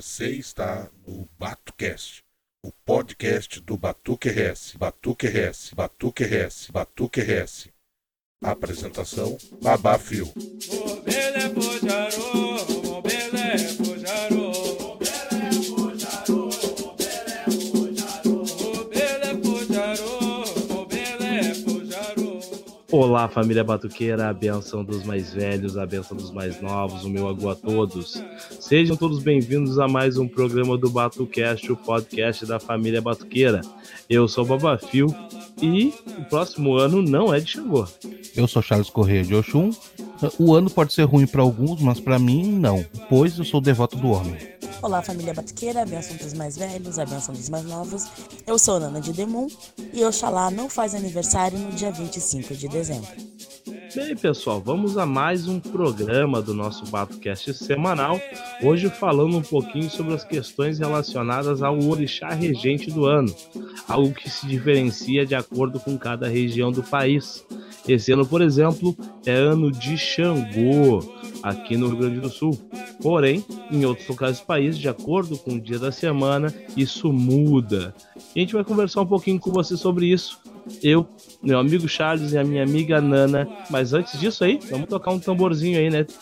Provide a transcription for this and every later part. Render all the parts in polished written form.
Você está no BatuCast, o podcast do Batuque RS. Batuque RS, Batuque RS, Batuque RS. Apresentação: Babá Fio. Olá, família batuqueira, a benção dos mais velhos, a benção dos mais novos, o meu agu a todos. Sejam todos bem-vindos a mais um programa do BatuCast, o podcast da família batuqueira. Eu sou o Babá Fio e o próximo ano não é de Xangô. Eu sou Charles Corrêa de Oxum. O ano pode ser ruim para alguns, mas para mim não, pois eu sou devoto do homem. Olá, família batuqueira, a benção dos mais velhos, a benção dos mais novos. Eu sou Nana de Demon e Oxalá não faz aniversário no dia 25 de dezembro. Bem, pessoal, vamos a mais um programa do nosso BatuCast semanal. Hoje falando um pouquinho sobre as questões relacionadas ao orixá regente do ano, algo que se diferencia de acordo com cada região do país. Esse ano, por exemplo, é ano de Xangô, aqui no Rio Grande do Sul. Porém, em outros locais do país, de acordo com o dia da semana, isso muda. E a gente vai conversar um pouquinho com você sobre isso. Eu, meu amigo Charles e a minha amiga Nana. Mas antes disso aí, vamos tocar um tamborzinho aí, né?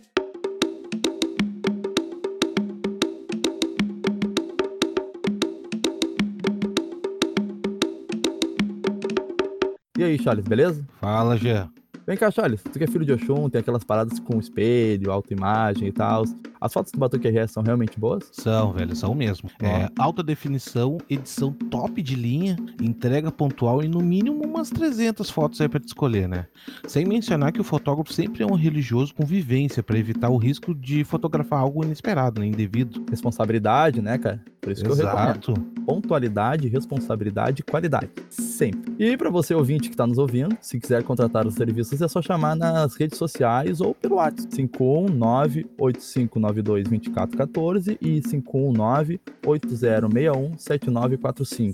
E aí, Charles, beleza? Fala, Gê. Vem cá, Charles, tu que é filho de Oxum, tem aquelas paradas com espelho, autoimagem e tal. As fotos do Batuque RS são realmente boas? São, velho, são mesmo. Alta definição, edição top de linha, entrega pontual e no mínimo umas 300 fotos aí pra te escolher, né? Sem mencionar que o fotógrafo sempre é um religioso com vivência pra evitar o risco de fotografar algo inesperado, né? Indevido. Responsabilidade, né, cara? Por isso que eu Exato. recomendo. Pontualidade, responsabilidade e qualidade. Sempre. E pra você ouvinte que tá nos ouvindo, se quiser contratar os serviços, é só chamar nas redes sociais ou pelo WhatsApp. 519-8592-2414 e 519-8061-7945.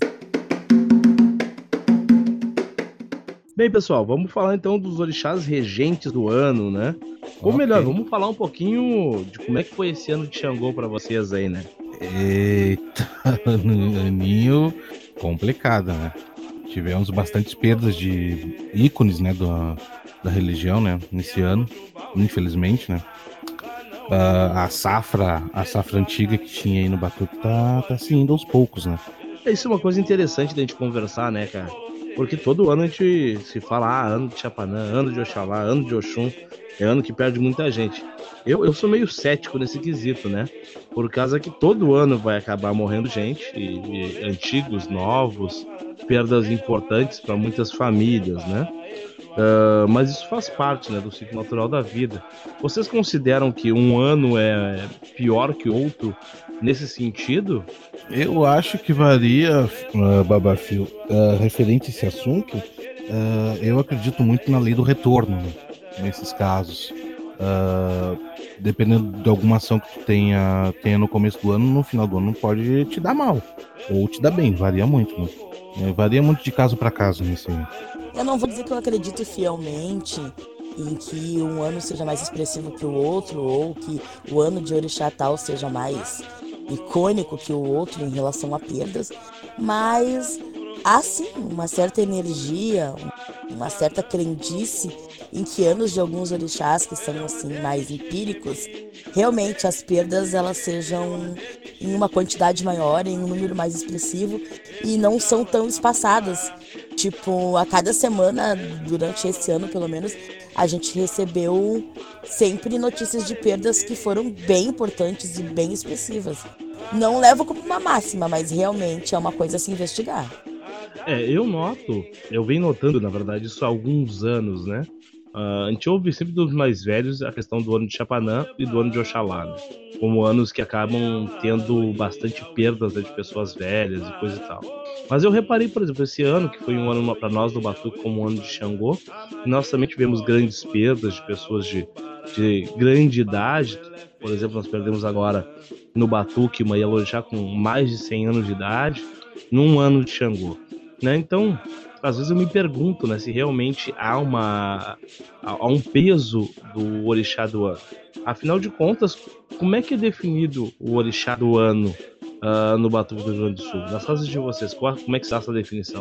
Bem, pessoal, vamos falar então dos orixás regentes do ano, né? Ou melhor, vamos falar um pouquinho de como é que foi esse ano de Xangô pra vocês aí, né? Eita, aninho complicado, né? Tivemos bastantes perdas de ícones, né, da religião, né, nesse ano, infelizmente, né. A safra antiga que tinha aí no Batuque tá se indo aos poucos, né. Isso é uma coisa interessante da gente conversar, né, cara? Porque todo ano a gente se fala, ano de Chapanã, ano de Oxalá, ano de Oxum, é ano que perde muita gente. Eu sou meio cético nesse quesito, né? Por causa que todo ano vai acabar morrendo gente, e antigos, novos, perdas importantes para muitas famílias, né? Mas isso faz parte, né, do ciclo natural da vida. Vocês consideram que um ano é pior que outro nesse sentido? Eu acho que varia, Babafio, referente a esse assunto, eu acredito muito na lei do retorno, né, nesses casos. Dependendo de alguma ação que tu tenha no começo do ano, no final do ano pode te dar mal, ou te dar bem, varia muito, né? Varia muito de caso para caso nesse aí. Eu não vou dizer que eu acredito fielmente em que um ano seja mais expressivo que o outro, ou que o ano de orixá tal seja mais icônico que o outro em relação a perdas, mas há sim uma certa energia, uma certa crendice em que anos de alguns orixás que são assim mais empíricos, realmente as perdas elas sejam em uma quantidade maior, em um número mais expressivo e não são tão espaçadas. Tipo, a cada semana, durante esse ano pelo menos, a gente recebeu sempre notícias de perdas que foram bem importantes e bem expressivas. Não levo como uma máxima, mas realmente é uma coisa a se investigar. Eu venho notando, na verdade, isso há alguns anos, né? A gente ouve sempre dos mais velhos a questão do ano de Chapanã e do ano de Oxalá, né? Como anos que acabam tendo bastante perdas, né, de pessoas velhas e coisa e tal. Mas eu reparei, por exemplo, esse ano, que foi um ano para nós do Batuque como um ano de Xangô, nós também tivemos grandes perdas de pessoas de grande idade. Por exemplo, nós perdemos agora no Batuque uma Ielorixá com mais de 100 anos de idade, num ano de Xangô, né? Então, às vezes eu me pergunto, né, se realmente há um peso do orixá do ano. Afinal de contas, como é que é definido o orixá do ano no Batuque do Rio Grande do Sul? Nas casas de vocês, como é que está essa definição?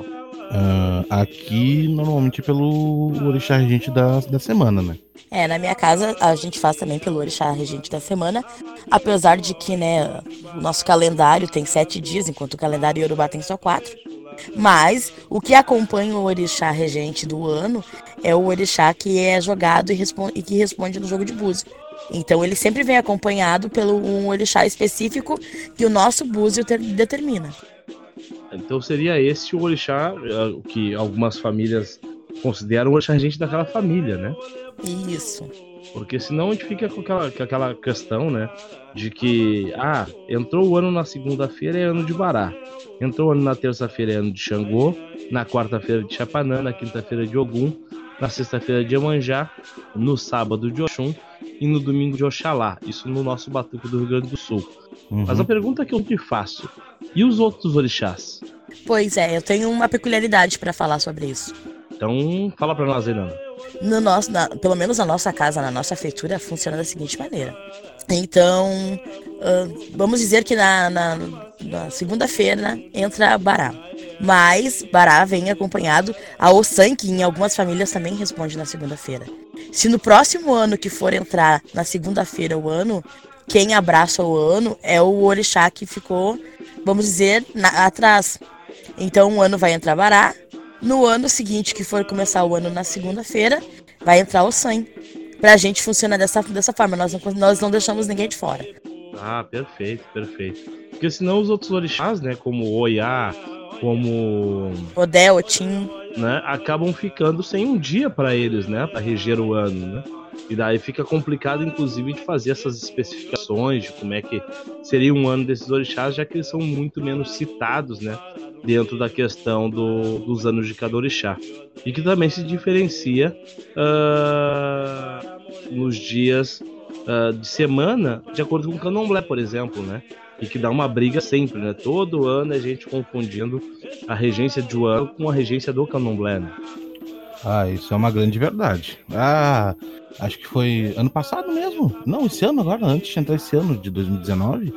Aqui, normalmente, pelo orixá regente da semana, né? Na minha casa a gente faz também pelo orixá regente da semana, apesar de que, né, o nosso calendário tem 7 dias, enquanto o calendário iorubá tem só 4. Mas o que acompanha o orixá regente do ano é o orixá que é jogado e que responde no jogo de búzio. Então ele sempre vem acompanhado pelo um orixá específico que o nosso búzio determina. Então seria esse o orixá que algumas famílias consideram o orixá regente daquela família, né? Isso. Porque senão a gente fica com aquela questão, né? De que, entrou o ano na segunda-feira, é ano de Bará. Entrou o ano na terça-feira, é ano de Xangô. Na quarta-feira de Chapanã, na quinta-feira de Ogum. Na sexta-feira de Iemanjá. No sábado de Oxum. E no domingo de Oxalá. Isso no nosso Batuque do Rio Grande do Sul. Mas a pergunta que eu te faço, e os outros orixás? Pois é, eu tenho uma peculiaridade para falar sobre isso. Então, fala pra nós aí, Nana. Pelo menos na nossa casa, na nossa feitura, funciona da seguinte maneira. Então, vamos dizer que na segunda-feira entra Bará. Mas Bará vem acompanhado a Ossan, que em algumas famílias também responde na segunda-feira. Se no próximo ano que for entrar na segunda-feira o ano, quem abraça o ano é o orixá que ficou, vamos dizer, atrás. Então o ano vai entrar Bará. No ano seguinte, que for começar o ano na segunda-feira, vai entrar o Ossan. Pra gente funciona dessa forma, nós não deixamos ninguém de fora. Perfeito. Porque senão os outros orixás, né, como Oiá, como Odé, Otim, né, acabam ficando sem um dia para eles, né, para reger o ano, né? E daí fica complicado, inclusive, de fazer essas especificações de como é que seria um ano desses orixás, já que eles são muito menos citados, né, dentro da questão dos anos de cada orixá. E que também se diferencia nos dias de semana, de acordo com o candomblé, por exemplo, né? E que dá uma briga sempre, né? Todo ano a gente confundindo a regência de um ano com a regência do candomblé, né? Isso é uma grande verdade. Acho que foi ano passado mesmo. Não, esse ano agora, antes de entrar esse ano de 2019.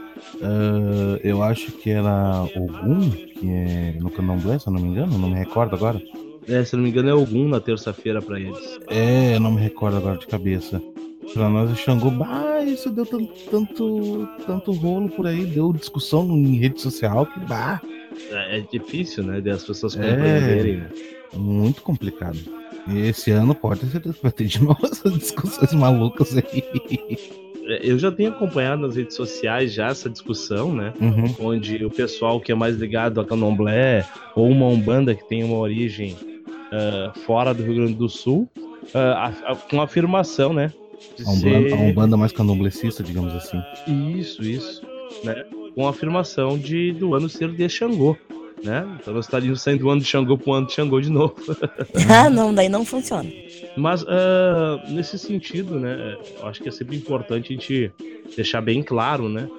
Eu acho que era Ogum, que é no candomblé, se eu não me engano, não me recordo agora. Se eu não me engano é Ogum na terça-feira pra eles. Eu não me recordo agora de cabeça. Pra nós, o Xangô, isso deu tanto rolo por aí, deu discussão em rede social, que É difícil, né, das pessoas compreenderem, né? Muito complicado. E esse ano pode ter certeza que vai ter de novo essas discussões malucas aí. Eu já tenho acompanhado nas redes sociais já essa discussão, né? Onde o pessoal que é mais ligado a candomblé ou uma umbanda que tem uma origem fora do Rio Grande do Sul, com a afirmação, né? A umbanda mais candomblecista, digamos assim. Isso, né? Com a afirmação do ano ser de Xangô, né? Então nós estaríamos saindo do ano de Xangô para o ano de Xangô de novo. Não, daí não funciona. Mas nesse sentido, né? Eu acho que é sempre importante a gente deixar bem claro, né?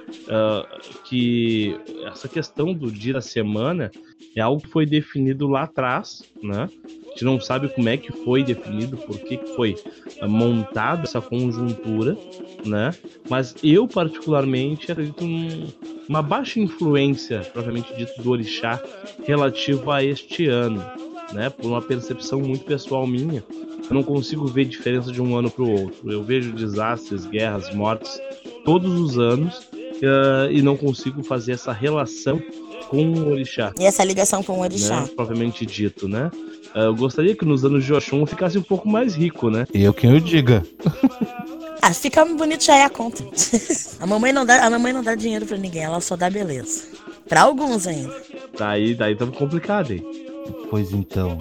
Que essa questão do dia da semana é algo que foi definido lá atrás, né? A gente não sabe como é que foi definido, por que foi montada essa conjuntura, né? Mas eu, particularmente, acredito numa baixa influência, propriamente dito, do orixá relativo a este ano, né? Por uma percepção muito pessoal minha, eu não consigo ver diferença de um ano para o outro. Eu vejo desastres, guerras, mortes todos os anos e não consigo fazer essa relação com o orixá. E essa ligação com o orixá. Né? Propriamente dito, né? Eu gostaria que nos anos de Oxum ficasse um pouco mais rico, né? Quem eu diga. Fica bonito já é a conta. A mamãe não dá dinheiro pra ninguém, ela só dá beleza. Pra alguns ainda. Daí tá complicado aí. Pois então.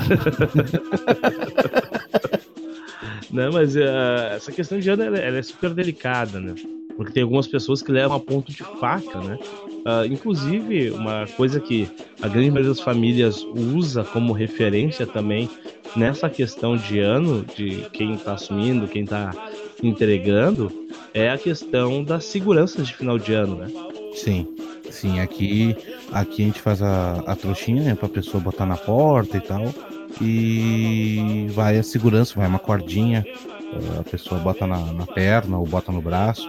Não, mas essa questão de ano ela é super delicada, né? Porque tem algumas pessoas que levam a ponto de faca, né? Inclusive, uma coisa que a grande maioria das famílias usa como referência também nessa questão de ano, de quem está assumindo, quem está entregando, é a questão das seguranças de final de ano, né? Sim, aqui a gente faz a trouxinha, né, pra pessoa botar na porta e tal. e vai a segurança, vai uma cordinha, a pessoa bota na perna ou bota no braço,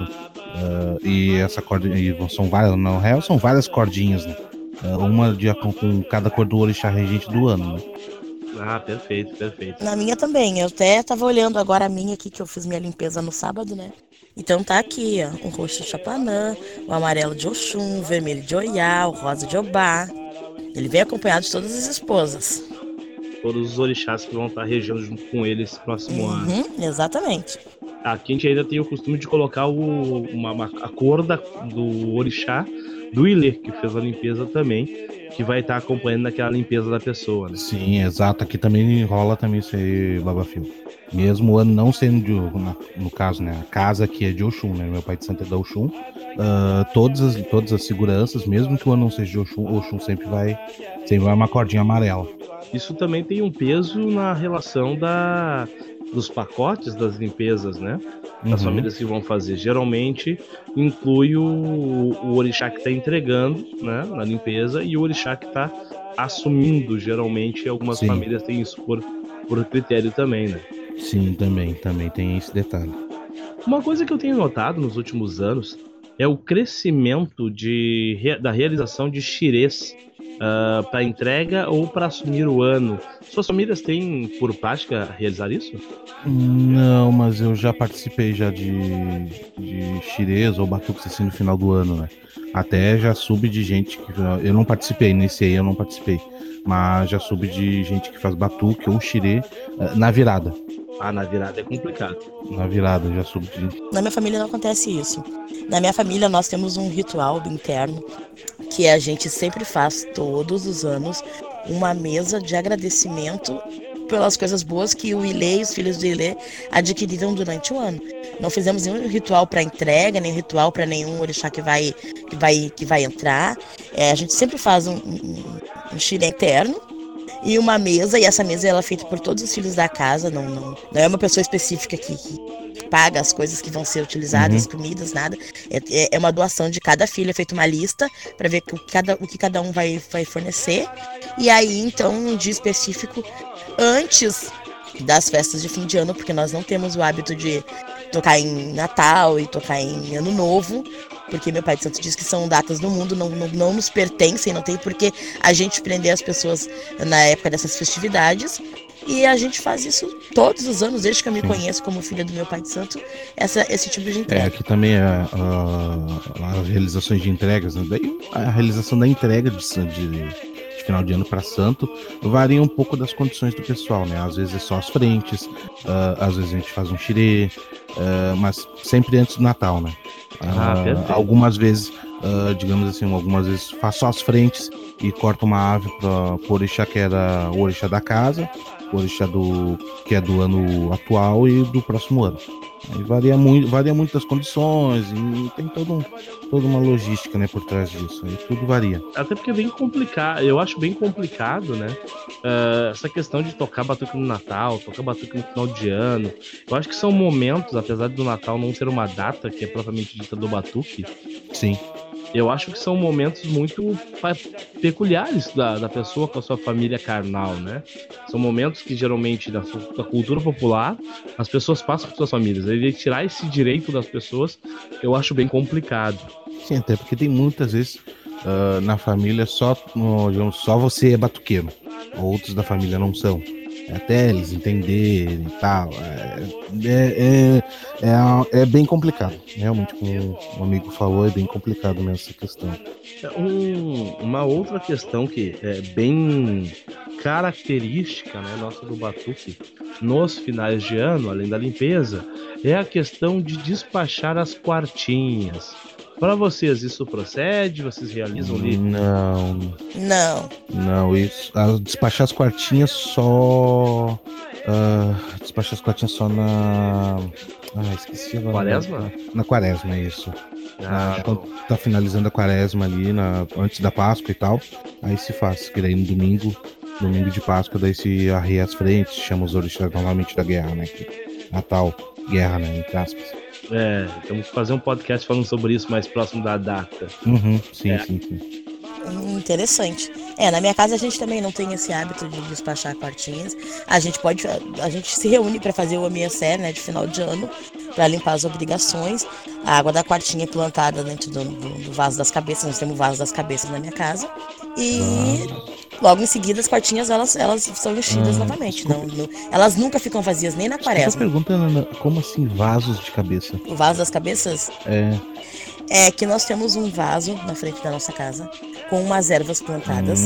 e essa corda, e são várias, na real são várias cordinhas, né? Uma com cada cor do orixá regente do ano, né? Ah, perfeito. Na minha também. Eu até tava olhando agora a minha aqui, que eu fiz minha limpeza no sábado, né? Então tá aqui, ó. O roxo de Chapanã, o amarelo de Oxum, o vermelho de Oiá, o rosa de Obá. Ele vem acompanhado de todas as esposas. Todos os orixás que vão estar regendo junto com ele esse próximo ano. Exatamente. Aqui a gente ainda tem o costume de colocar a cor do orixá do Ilê, que fez a limpeza também, que vai estar acompanhando naquela limpeza da pessoa, né? Sim, exato. Aqui também rola também isso aí, Babafio. Mesmo o ano não sendo no caso, né? A casa aqui é de Oxum, né? Meu pai de santo é da Oxum. Todas as seguranças, mesmo que o ano não seja de Oxum sempre vai uma cordinha amarela. Isso também tem um peso na relação dos pacotes das limpezas, né? Das famílias que vão fazer. Geralmente inclui o orixá que está entregando, né, na limpeza, e o orixá que está assumindo. Geralmente algumas famílias têm isso por critério também, né? Sim, também tem esse detalhe. Uma coisa que eu tenho notado nos últimos anos é o crescimento da realização de xirês para entrega ou para assumir o ano. Suas famílias têm por prática realizar isso? Não, mas eu já participei já de xirês ou batuques assim no final do ano, né? Até já soube de gente que... Eu não participei, nesse aí eu não participei. Mas já soube de gente que faz batuque ou xirê na virada. Ah, na virada é complicado. Na virada, já soube de... Na minha família não acontece isso. Na minha família nós temos um ritual interno que a gente sempre faz todos os anos, uma mesa de agradecimento pelas coisas boas que o Ilê e os filhos do Ilê adquiriram durante o ano. Não fizemos nenhum ritual para entrega, nem ritual para nenhum orixá que vai entrar. A gente sempre faz um xirê interno e uma mesa, e essa mesa ela é feita por todos os filhos da casa, não é uma pessoa específica que paga as coisas que vão ser utilizadas, comidas, nada. É uma doação de cada filho, é feita uma lista para ver o que cada um vai fornecer. E aí, então, um dia específico, antes das festas de fim de ano, porque nós não temos o hábito de tocar em Natal e tocar em Ano Novo, porque meu pai de santo diz que são datas do mundo, não nos pertencem, não tem por que a gente prender as pessoas na época dessas festividades. E a gente faz isso todos os anos, desde que eu me conheço como filha do meu pai de santo, esse tipo de entrega. Aqui também as realizações de entregas, né? Daí a realização da entrega de final de ano para santo varia um pouco das condições do pessoal, né? Às vezes é só as frentes, às vezes a gente faz um xirê, mas sempre antes do Natal, né? Algumas vezes, digamos assim, algumas vezes faz só as frentes e corta uma ave para o orixá que era o orixá da casa, o orixá que é do ano atual e do próximo ano. Aí varia muito das condições e tem toda uma logística, né, por trás disso. Aí tudo varia. Até porque é bem complicado, eu acho bem complicado, né? Essa questão de tocar batuque no Natal, tocar batuque no final de ano. Eu acho que são momentos, apesar do Natal não ser uma data que é propriamente dita do batuque. Sim. Eu acho que são momentos muito peculiares da pessoa com a sua família carnal, né? São momentos que geralmente na cultura popular as pessoas passam com suas famílias. E tirar esse direito das pessoas eu acho bem complicado. Sim, até porque tem muitas vezes na família só você é batuqueiro, outros da família não são. Até eles entenderem e tal. É bem complicado. Realmente, como o amigo falou, é bem complicado nessa questão. Uma outra questão que é bem característica, né, nossa do batuque nos finais de ano, além da limpeza, é a questão de despachar as quartinhas. Para vocês, isso procede? Vocês realizam ali? Não, isso. Despachar as quartinhas só. na. Esqueci agora. Quaresma? Na quaresma, é isso. Quando tá finalizando a quaresma ali, antes da Páscoa e tal, aí se faz. Que daí no domingo de Páscoa, daí se arreia as frentes, chama os orixás normalmente da guerra, né? Natal, guerra, né? Entre aspas. Temos que fazer um podcast falando sobre isso mais próximo da data. Sim. Interessante. Na minha casa a gente também não tem esse hábito de despachar quartinhas. A gente se reúne para fazer o OMSE, né, de final de ano, para limpar as obrigações. A água da quartinha é plantada dentro do vaso das cabeças. Nós temos o vaso das cabeças na minha casa. E logo em seguida as quartinhas elas são enchidas novamente. Elas nunca ficam vazias, nem na quaresma. Só pergunta, Ana, como assim vasos de cabeça? O vaso das cabeças? É que nós temos um vaso na frente da nossa casa com umas ervas plantadas.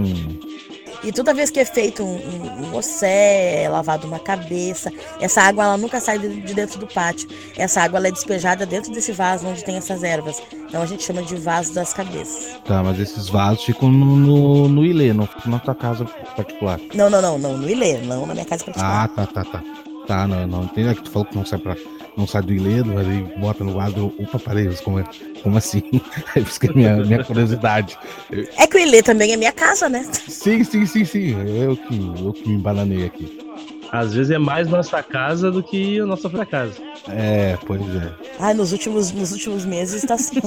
E toda vez que é feito um ossé, é lavado uma cabeça, essa água ela nunca sai de dentro do pátio. Essa água ela é despejada dentro desse vaso onde tem essas ervas. Então a gente chama de vaso das cabeças. Tá, mas esses vasos ficam no ilê, não ficam na tua casa particular. Não, no ilê, não na minha casa particular. Tá. Tá, não entendo. É que tu falou que não sai do ilê, aí bota no vaso. Opa, parei, como assim? Aí fica a minha curiosidade. É que o ilê também é minha casa, né? Sim. Eu que me embananei aqui. Às vezes é mais nossa casa do que a nossa própria casa. Pois é. Nos últimos meses tá sendo.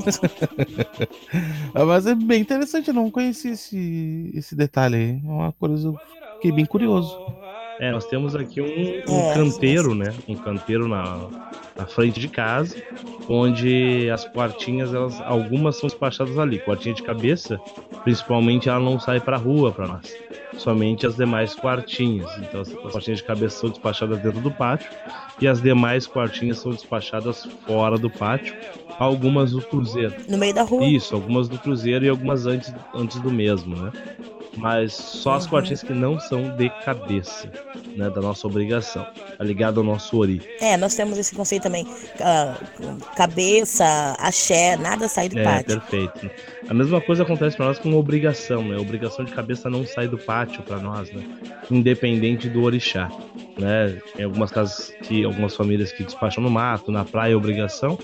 Mas é bem interessante, eu não conheci esse detalhe aí. É uma coisa, fiquei bem curioso. Nós temos aqui um canteiro, né? Um canteiro na frente de casa, onde as quartinhas, algumas são despachadas ali. Quartinha de cabeça, principalmente, ela não sai pra rua pra nós. Somente as demais quartinhas. Então as quartinhas de cabeça são despachadas dentro do pátio e as demais quartinhas são despachadas fora do pátio. Algumas do cruzeiro. No meio da rua? Isso, algumas do cruzeiro e algumas antes do mesmo, né? Mas só as quartinhas que não são de cabeça, né, da nossa obrigação, tá ligado ao nosso ori. Nós temos esse conceito também, cabeça, axé, nada sai do pátio. Perfeito. A mesma coisa acontece para nós com obrigação, né? A obrigação de cabeça não sai do pátio para nós, né? Independente do orixá, né? Em algumas casas, algumas famílias que despacham no mato, na praia, obrigação,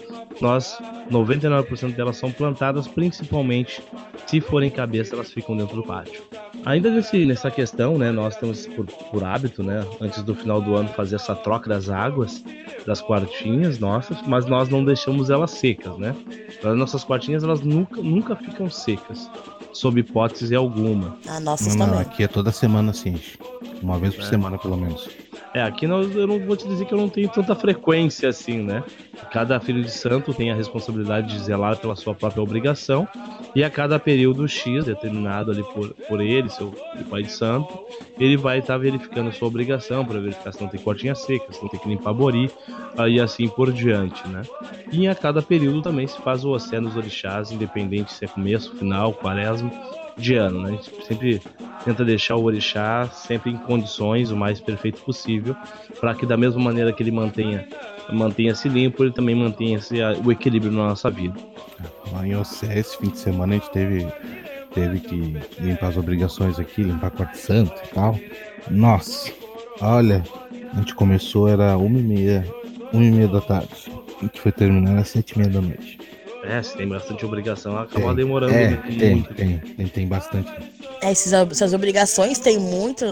99% delas são plantadas, principalmente se forem cabeça, elas ficam dentro do pátio. Ainda nessa questão, né, nós temos por hábito, né, antes do final do ano fazer essa troca das águas das quartinhas nossas, mas nós não deixamos elas secas, né? As nossas quartinhas elas nunca ficam secas, sob hipótese alguma. Nossas também. Aqui é toda semana assim, uma vez por semana pelo menos. Aqui eu não vou te dizer que eu não tenho tanta frequência assim, né? Cada filho de santo tem a responsabilidade de zelar pela sua própria obrigação e a cada período X, determinado ali por ele, seu pai de santo, ele vai estar verificando a sua obrigação para verificar se não tem quartinha seca, se não tem que limpar bori, e assim por diante, né? E a cada período também se faz o ossé nos orixás, independente se é começo, final, quaresma, de ano, né? A gente sempre tenta deixar o orixá sempre em condições o mais perfeito possível, para que da mesma maneira que ele mantenha-se limpo, ele também mantenha o equilíbrio na nossa vida. Lá em Ossé, esse fim de semana a gente teve que limpar as obrigações aqui, limpar quarto santo e tal. Nossa, olha, a gente começou, era 1h30 da tarde, a gente foi terminar às 7h30 da noite. Se tem bastante obrigação, acaba demorando. Tem bastante. Essas obrigações tem muita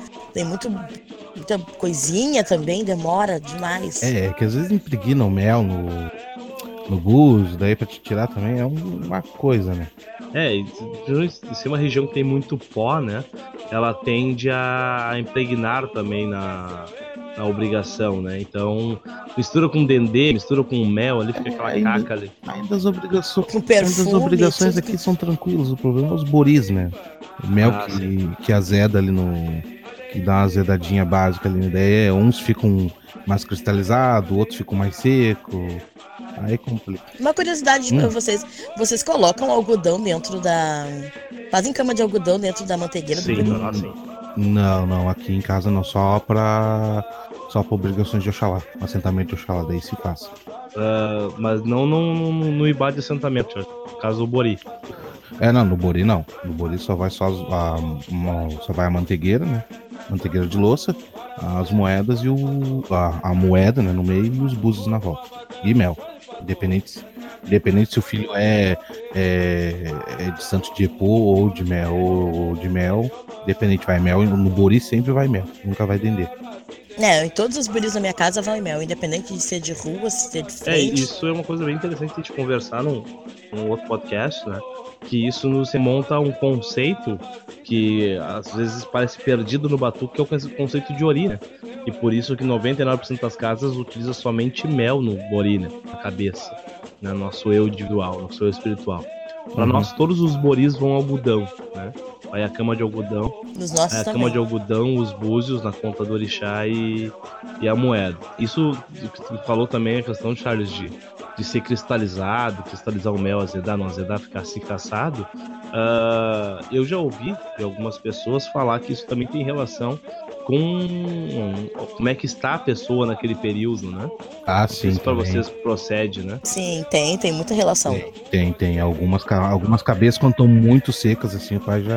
coisinha também, demora demais. Que às vezes impregna o mel no búzio, daí pra te tirar também é uma coisa, né? Se é uma região que tem muito pó, né? Ela tende a impregnar também na obrigação, né? Então, mistura com dendê, mistura com mel, ali fica aquela caca ali. Ainda as obrigações, com perfume, as obrigações aqui são tranquilas, o problema é os boris, né? O mel que azeda ali que dá uma azedadinha básica ali na ideia, uns ficam mais cristalizados, outros ficam mais secos. Aí complica. Uma curiosidade pra vocês colocam algodão dentro fazem cama de algodão dentro da manteigueira do bebê? Sim. Não, aqui em casa não, só pra obrigações de Oxalá, assentamento de Oxalá, daí se faz. Mas não no ibá de assentamento, no caso do bori. Não, no bori não. No bori só vai a manteigueira, né? Manteigueira de louça, as moedas e a moeda, né, no meio e os búzios na volta. E mel. Independente se o filho é de santo de Epô ou de mel, independente, vai mel. No bori sempre vai mel, nunca vai dendê. Em todos os boris da minha casa vai mel, independente de ser de rua, se ser de frente. Isso é uma coisa bem interessante a gente conversar num outro podcast, né? que isso nos remonta a um conceito que às vezes parece perdido no batuque, que é o conceito de ori, né? E por isso que 99% das casas utiliza somente mel no bori, né? Na cabeça, né? Nosso eu individual, nosso eu espiritual. Para nós, todos os boris vão ao algodão, né? Vai a cama de algodão, Nos nossos a também. cama de algodão, os búzios na conta do orixá e a moeda. Isso que tu falou também é a questão, Charles, de ser cristalizado, cristalizar o mel, azedar, não azedar, ficar assim caçado. Eu já ouvi de algumas pessoas falar que isso também tem relação com como é que está a pessoa naquele período, né? Ah, sim, Isso para também. vocês procede, né? Sim, tem muita relação. Tem. Algumas cabeças, quando estão muito secas, assim, o pai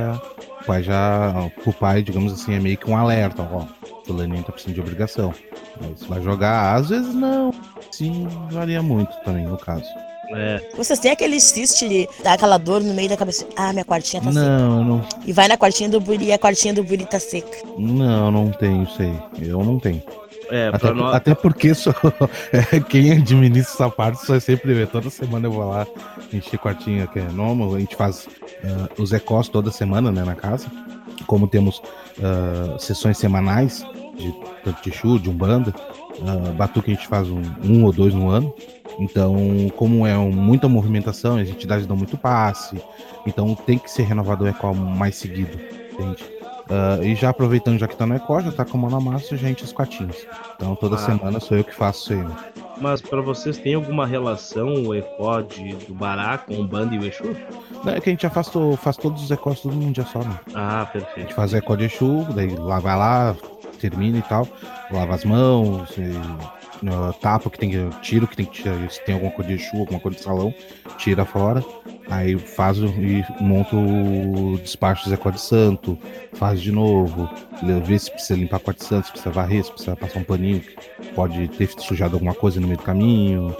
pro pai, digamos assim, é meio que um alerta, ó, fulaninho tá precisando de obrigação. Aí você vai jogar, às vezes não, sim, varia muito também, no caso. Vocês têm aquele cisto de dar aquela dor no meio da cabeça? Ah, minha quartinha tá seca. Não, E vai na quartinha do buri e a quartinha do buri tá seca. não tenho isso aí, eu não tenho. Nós... Até porque quem administra essa parte só é sempre toda semana eu vou lá encher quartinho, que é normal, a gente faz os ecós toda semana, né, na casa. Como temos sessões semanais tanto de Exu, de Umbanda, batuque a gente faz um ou dois no ano. Então, como é muita movimentação, as entidades dão muito passe, então tem que ser renovado o ecó mais seguido, entende? E já aproveitando, já que tá no ecó, já tá com a mão na massa, já enche as quartinhas. Então toda semana sou eu que faço isso aí, né? Mas para vocês tem alguma relação o ecó do Bará com o Umbanda e o Exu? Não, é que a gente já faz todos os ecós tudo num dia só, né? Ah, A perfeito. gente faz o ecó de Exu, daí lá vai lá, termina e tal, lava as mãos, tapa que tem que tira, que tem que tirar, se tem alguma coisa de Exu, alguma coisa de salão, tira fora. Aí faz e monta o despacho do Zé Código Santo, faz de novo, vê se precisa limpar o Código Santo, se precisa varrer, se precisa passar um paninho, pode ter sujado alguma coisa no meio do caminho.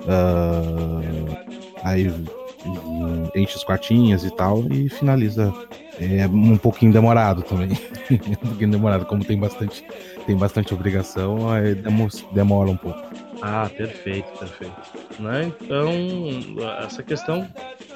Aí enche as quartinhas e tal e finaliza. É um pouquinho demorado também. Um pouquinho demorado, como tem bastante obrigação, aí demora um pouco. Ah, perfeito. Né? Então, essa questão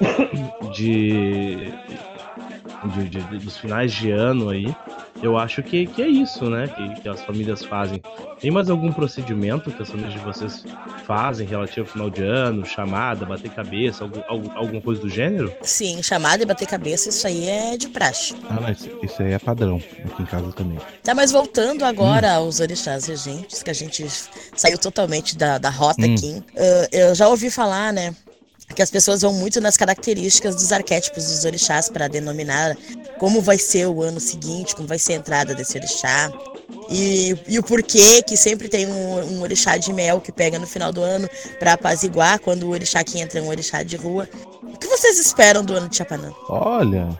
dos finais de ano aí, eu acho que é isso, né? Que as famílias fazem. Tem mais algum procedimento que as famílias de vocês fazem relativo ao final de ano, chamada, bater cabeça, alguma coisa do gênero? Sim, chamada e bater cabeça, isso aí é de praxe. Ah, mas isso aí é padrão aqui em casa também. Tá, mas voltando agora aos orixás regentes, que a gente saiu totalmente da rota aqui. Eu já ouvi falar, né, que as pessoas vão muito nas características dos arquétipos dos orixás para denominar como vai ser o ano seguinte, como vai ser a entrada desse orixá. E o porquê que sempre tem um orixá de mel que pega no final do ano para apaziguar quando o orixá que entra é um orixá de rua. O que vocês esperam do ano de Chapanã? Olha,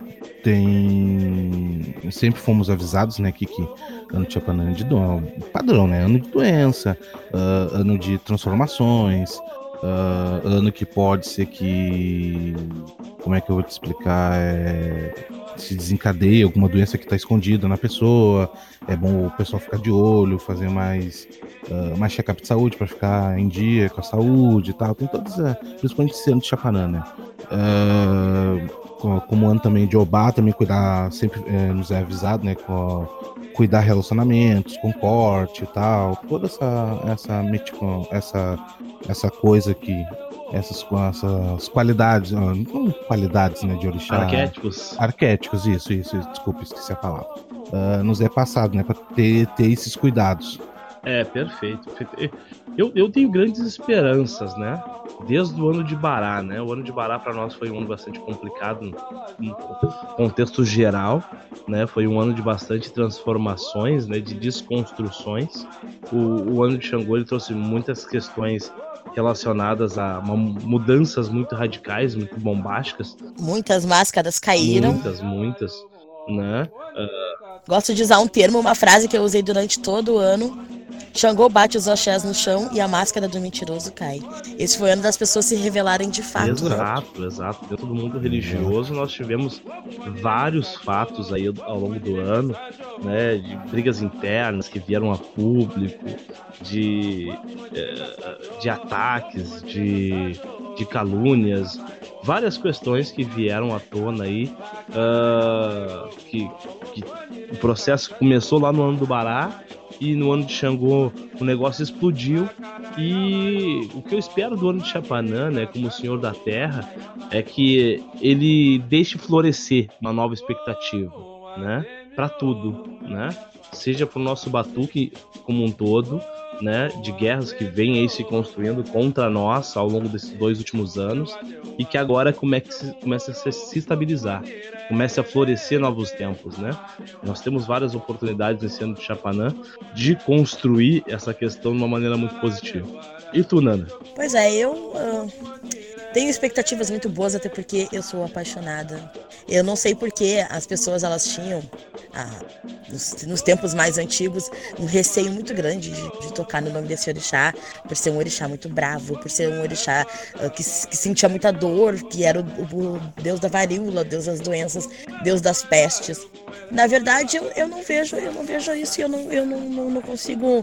sempre fomos avisados, né, que ano de Chapanã é padrão, né? Ano de doença, ano de transformações, ano que pode ser que... Como é que eu vou te explicar? Se desencadeia alguma doença que está escondida na pessoa. É bom o pessoal ficar de olho, fazer mais check-up de saúde para ficar em dia com a saúde e tal. Tem todas, principalmente esse ano de Chapanã, né? Como ano também de Obá, também cuidar, sempre nos é avisado, né? Cuidar relacionamentos, com corte e tal. Toda essa coisa que... Essas qualidades, não qualidades, né, de orixá. Arquétipos, isso, desculpa, esqueci a palavra. Nos é passado, né, para ter esses cuidados. Perfeito. Eu tenho grandes esperanças, né, desde o ano de Bará, né, o ano de Bará para nós foi um ano bastante complicado no contexto geral, né, foi um ano de bastante transformações, né, de desconstruções. O ano de Xangô, ele trouxe muitas questões relacionadas a mudanças muito radicais, muito bombásticas. Muitas máscaras caíram. Muitas, né? Gosto de usar um termo, uma frase que eu usei durante todo o ano. Xangô bate os axés no chão e a máscara do mentiroso cai. Esse foi o ano das pessoas se revelarem de fato. Exato. Dentro do mundo religioso nós tivemos vários fatos aí ao longo do ano, né, de brigas internas que vieram a público, de ataques, de calúnias, várias questões que vieram à tona aí, que o processo começou lá no ano do Bará, e no ano de Xangô o negócio explodiu. E o que eu espero do ano de Chapanã, né, como senhor da terra, é que ele deixe florescer uma nova expectativa, né, para tudo, né, seja para o nosso batuque como um todo, né, de guerras que vem aí se construindo contra nós ao longo desses 2 últimos anos, e que agora começa a se estabilizar, comece a florescer novos tempos, né? Nós temos várias oportunidades nesse ano de Chapanã de construir essa questão de uma maneira muito positiva. E tu, Nana? Pois é, eu tenho expectativas muito boas, até porque eu sou apaixonada. Eu não sei porque as pessoas elas tinham, nos tempos mais antigos, um receio muito grande de tocar no nome desse orixá, por ser um orixá muito bravo, por ser um orixá que sentia muita dor, que era o deus da varíola, deus das doenças, deus das pestes. Na verdade, eu não vejo isso, e eu não consigo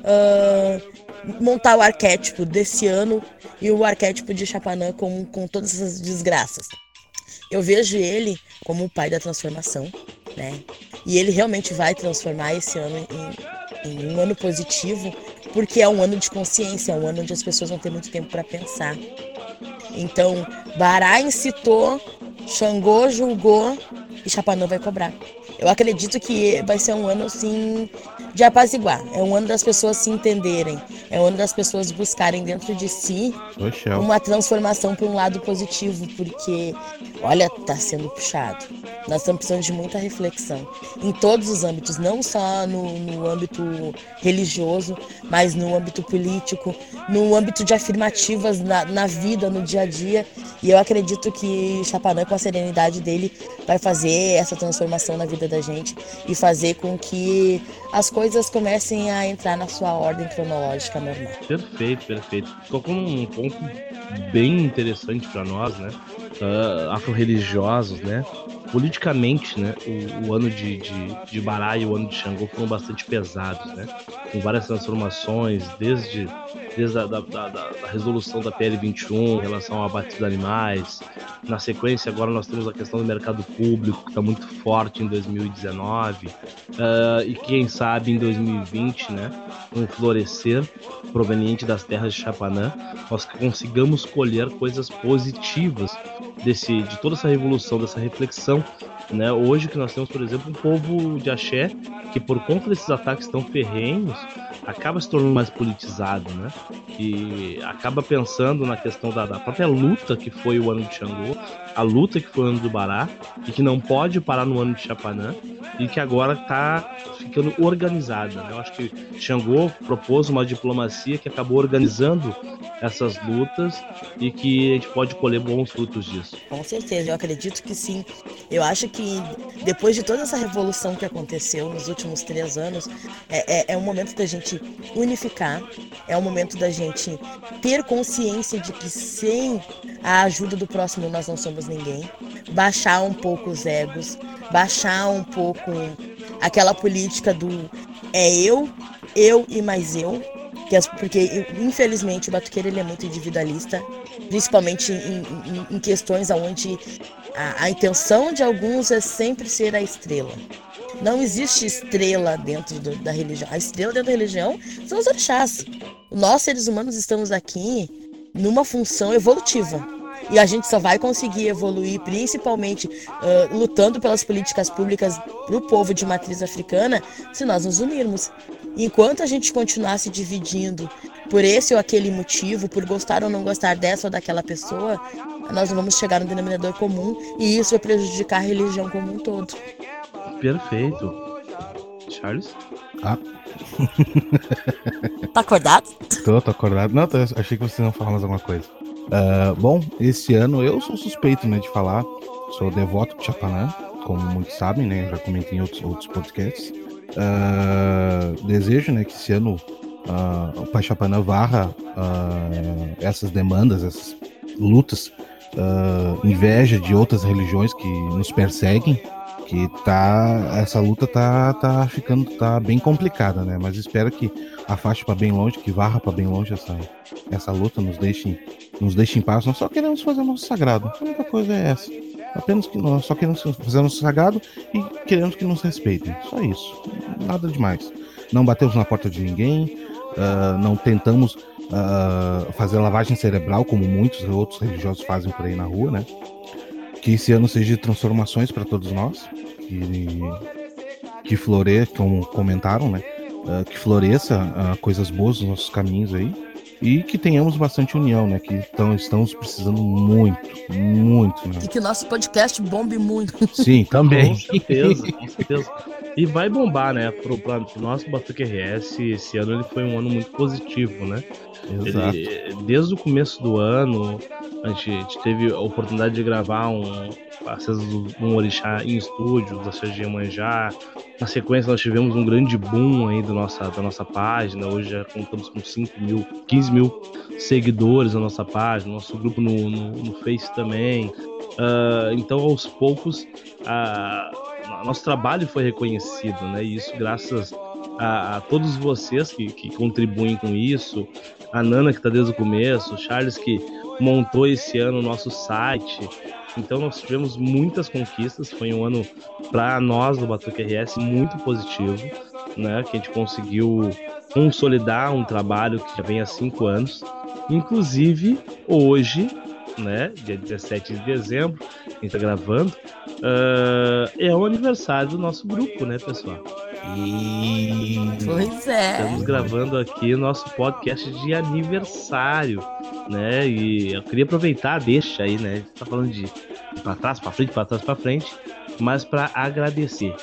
montar o arquétipo desse ano e o arquétipo de Chapanã com todas essas desgraças. Eu vejo ele como o pai da transformação, né? E ele realmente vai transformar esse ano em um ano positivo, porque é um ano de consciência, é um ano onde as pessoas vão ter muito tempo para pensar. Então, Bará incitou, Xangô julgou e Chapanã vai cobrar. Eu acredito que vai ser um ano, assim, de apaziguar. É um ano das pessoas se entenderem. É um ano das pessoas buscarem dentro de si uma transformação para um lado positivo. Porque, olha, tá sendo puxado. Nós estamos precisando de muita reflexão. Em todos os âmbitos, não só no âmbito religioso, mas no âmbito político, no âmbito de afirmativas na vida, no dia a dia. E eu acredito que Chapanã, com a serenidade dele, vai fazer essa transformação na vida da gente e fazer com que as coisas comecem a entrar na sua ordem cronológica normal. Perfeito. Tocou um ponto bem interessante para nós, né? Afro-religiosos, né? Politicamente, né? O ano de Bará e o ano de Xangô foram bastante pesados, né? Com várias transformações, desde a resolução da PL 21 em relação ao abate dos animais. Na sequência, agora nós temos a questão do mercado público, que está muito forte em 2019, e quem sabe em 2020, né, um florescer proveniente das terras de Chapanã, nós consigamos colher coisas positivas de toda essa revolução, dessa reflexão, né? Hoje que nós temos, por exemplo, um povo de axé que, por conta desses ataques tão ferrenhos, acaba se tornando mais politizado, né? E acaba pensando na questão da própria luta que foi o ano de Xangô, a luta que foi o ano do Bará, e que não pode parar no ano de Chapanã, e que agora está ficando organizada, né? Eu acho que Xangô propôs uma diplomacia que acabou organizando essas lutas e que a gente pode colher bons frutos disso. Com certeza, eu acredito que sim. Eu acho que depois de toda essa revolução que aconteceu nos últimos 3 anos, é um momento da gente unificar, é um momento da gente ter consciência de que sem a ajuda do próximo nós não somos ninguém, baixar um pouco os egos, baixar um pouco aquela política do eu e mais eu, porque infelizmente o batuqueiro ele é muito individualista, principalmente em questões onde a intenção de alguns é sempre ser a estrela. Não existe estrela dentro da religião. A estrela dentro da religião são os orixás. Nós, seres humanos, estamos aqui numa função evolutiva. E a gente só vai conseguir evoluir, principalmente lutando pelas políticas públicas para o povo de matriz africana, se nós nos unirmos. Enquanto a gente continuar se dividindo por esse ou aquele motivo, por gostar ou não gostar dessa ou daquela pessoa, nós não vamos chegar no denominador comum, e isso vai prejudicar a religião como um todo. Perfeito. Charles? Tá acordado? Tô acordado. Não, achei que você não falava mais alguma coisa. Bom, esse ano eu sou suspeito, né, de falar. Sou devoto de Chapanã, como muitos sabem, né? Já comentei em outros podcasts. Desejo, né, que esse ano o Pai Chapanã varra essas demandas, essas lutas, inveja de outras religiões que nos perseguem, que essa luta tá ficando bem complicada, né? Mas espero que afaste para bem longe, que varra para bem longe essa luta, nos deixe nos deixe em paz, nós só queremos fazer o nosso sagrado. A única coisa é essa. Apenas que nós só queremos fazer o nosso sagrado e queremos que nos respeitem. Só isso. Nada demais. Não batemos na porta de ninguém, não tentamos fazer lavagem cerebral, como muitos outros religiosos fazem por aí na rua, né? Que esse ano seja de transformações para todos nós, que floresça, como comentaram, né? Que floresça coisas boas nos nossos caminhos aí, e que tenhamos bastante união, né? Que estamos precisando muito, né? E que o nosso podcast bombe muito. Sim, também. Com certeza. E vai bombar, né? Pro nosso Batuque RS, esse ano ele foi um ano muito positivo, né? Exato. Desde o começo do ano, a gente teve a oportunidade de gravar um orixá em estúdio, da Cia de Iemanjá. Na sequência, nós tivemos um grande boom aí da nossa página. Hoje já contamos com 15 mil seguidores na nossa página, nosso grupo no Face também. Então, aos poucos, nosso trabalho foi reconhecido, né? E isso graças a todos vocês que contribuem com isso. A Nana, que está desde o começo, o Charles, que montou esse ano o nosso site. Então nós tivemos muitas conquistas. Foi um ano para nós do Batuque RS muito positivo, né? Que a gente conseguiu consolidar um trabalho que já vem há 5 anos. Inclusive hoje, né, dia 17 de dezembro, a gente está gravando, é o aniversário do nosso grupo, né, pessoal? Pois é. Estamos gravando aqui o nosso podcast de aniversário, né? E eu queria aproveitar, deixa aí, né? A gente tá falando de pra trás, pra frente, pra trás, pra frente, mas para agradecer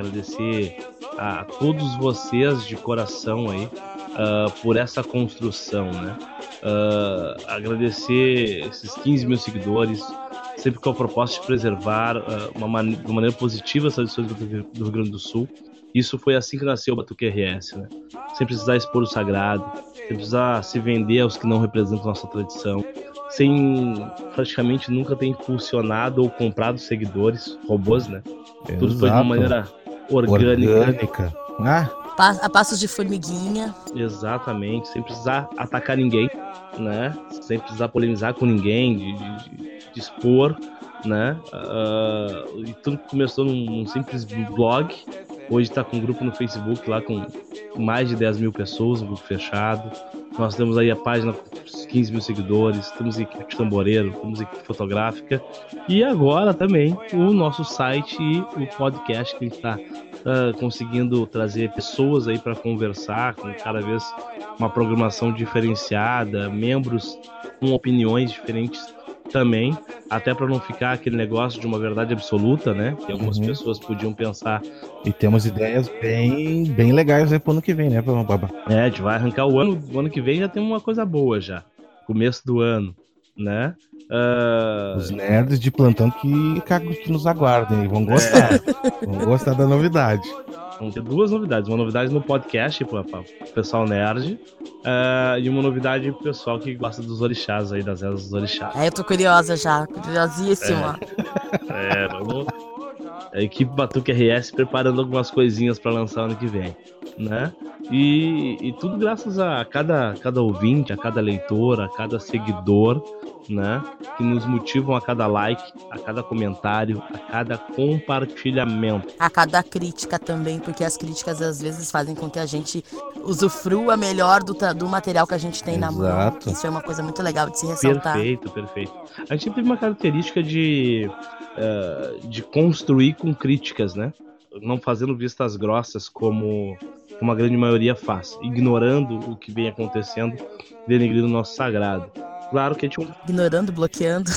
a todos vocês de coração aí por essa construção, né? Agradecer esses 15 mil seguidores, sempre com a proposta de preservar de uma maneira positiva as tradições do Rio Grande do Sul. Isso foi assim que nasceu o Batuque RS, né? Sem precisar expor o sagrado, sem precisar se vender aos que não representam nossa tradição, sem praticamente nunca ter impulsionado ou comprado seguidores, robôs, né? Exato. Tudo foi de uma maneira orgânica. A passos de formiguinha. Exatamente, sem precisar atacar ninguém, né? Sem precisar polemizar com ninguém, de expor, né? E tudo começou num simples blog. Hoje está com um grupo no Facebook lá com mais de 10 mil pessoas, um grupo fechado. Nós temos aí a página com 15 mil seguidores, temos equipe de tamboreiro, temos equipe fotográfica. E agora também o nosso site e o podcast que a gente está conseguindo trazer pessoas aí para conversar, com cada vez uma programação diferenciada, membros com opiniões diferentes também, até para não ficar aquele negócio de uma verdade absoluta, né? Que algumas pessoas podiam pensar. E temos ideias bem legais aí pro ano que vem, né, Baba? A gente vai arrancar o ano que vem, já tem uma coisa boa já. Começo do ano, né? Os nerds de plantão que nos aguardem, vão gostar. Vão gostar da novidade. Vão ter 2 novidades. Uma novidade no podcast para o pessoal nerd e uma novidade pro pessoal que gosta dos orixás aí, das eras dos orixás. Eu tô curiosa já, curiosíssima. Vamos... A equipe Batuque RS preparando algumas coisinhas para lançar ano que vem, né? E tudo graças a cada ouvinte, a cada leitor, a cada seguidor, né? Que nos motivam a cada like, a cada comentário, a cada compartilhamento. A cada crítica também, porque as críticas às vezes fazem com que a gente usufrua melhor do material que a gente tem na mão. Isso é uma coisa muito legal de se ressaltar. Perfeito. A gente teve uma característica de construir com críticas, né? Não fazendo vistas grossas como a grande maioria faz, ignorando o que vem acontecendo, denegrindo o nosso sagrado. Claro que a gente... Ignorando, bloqueando.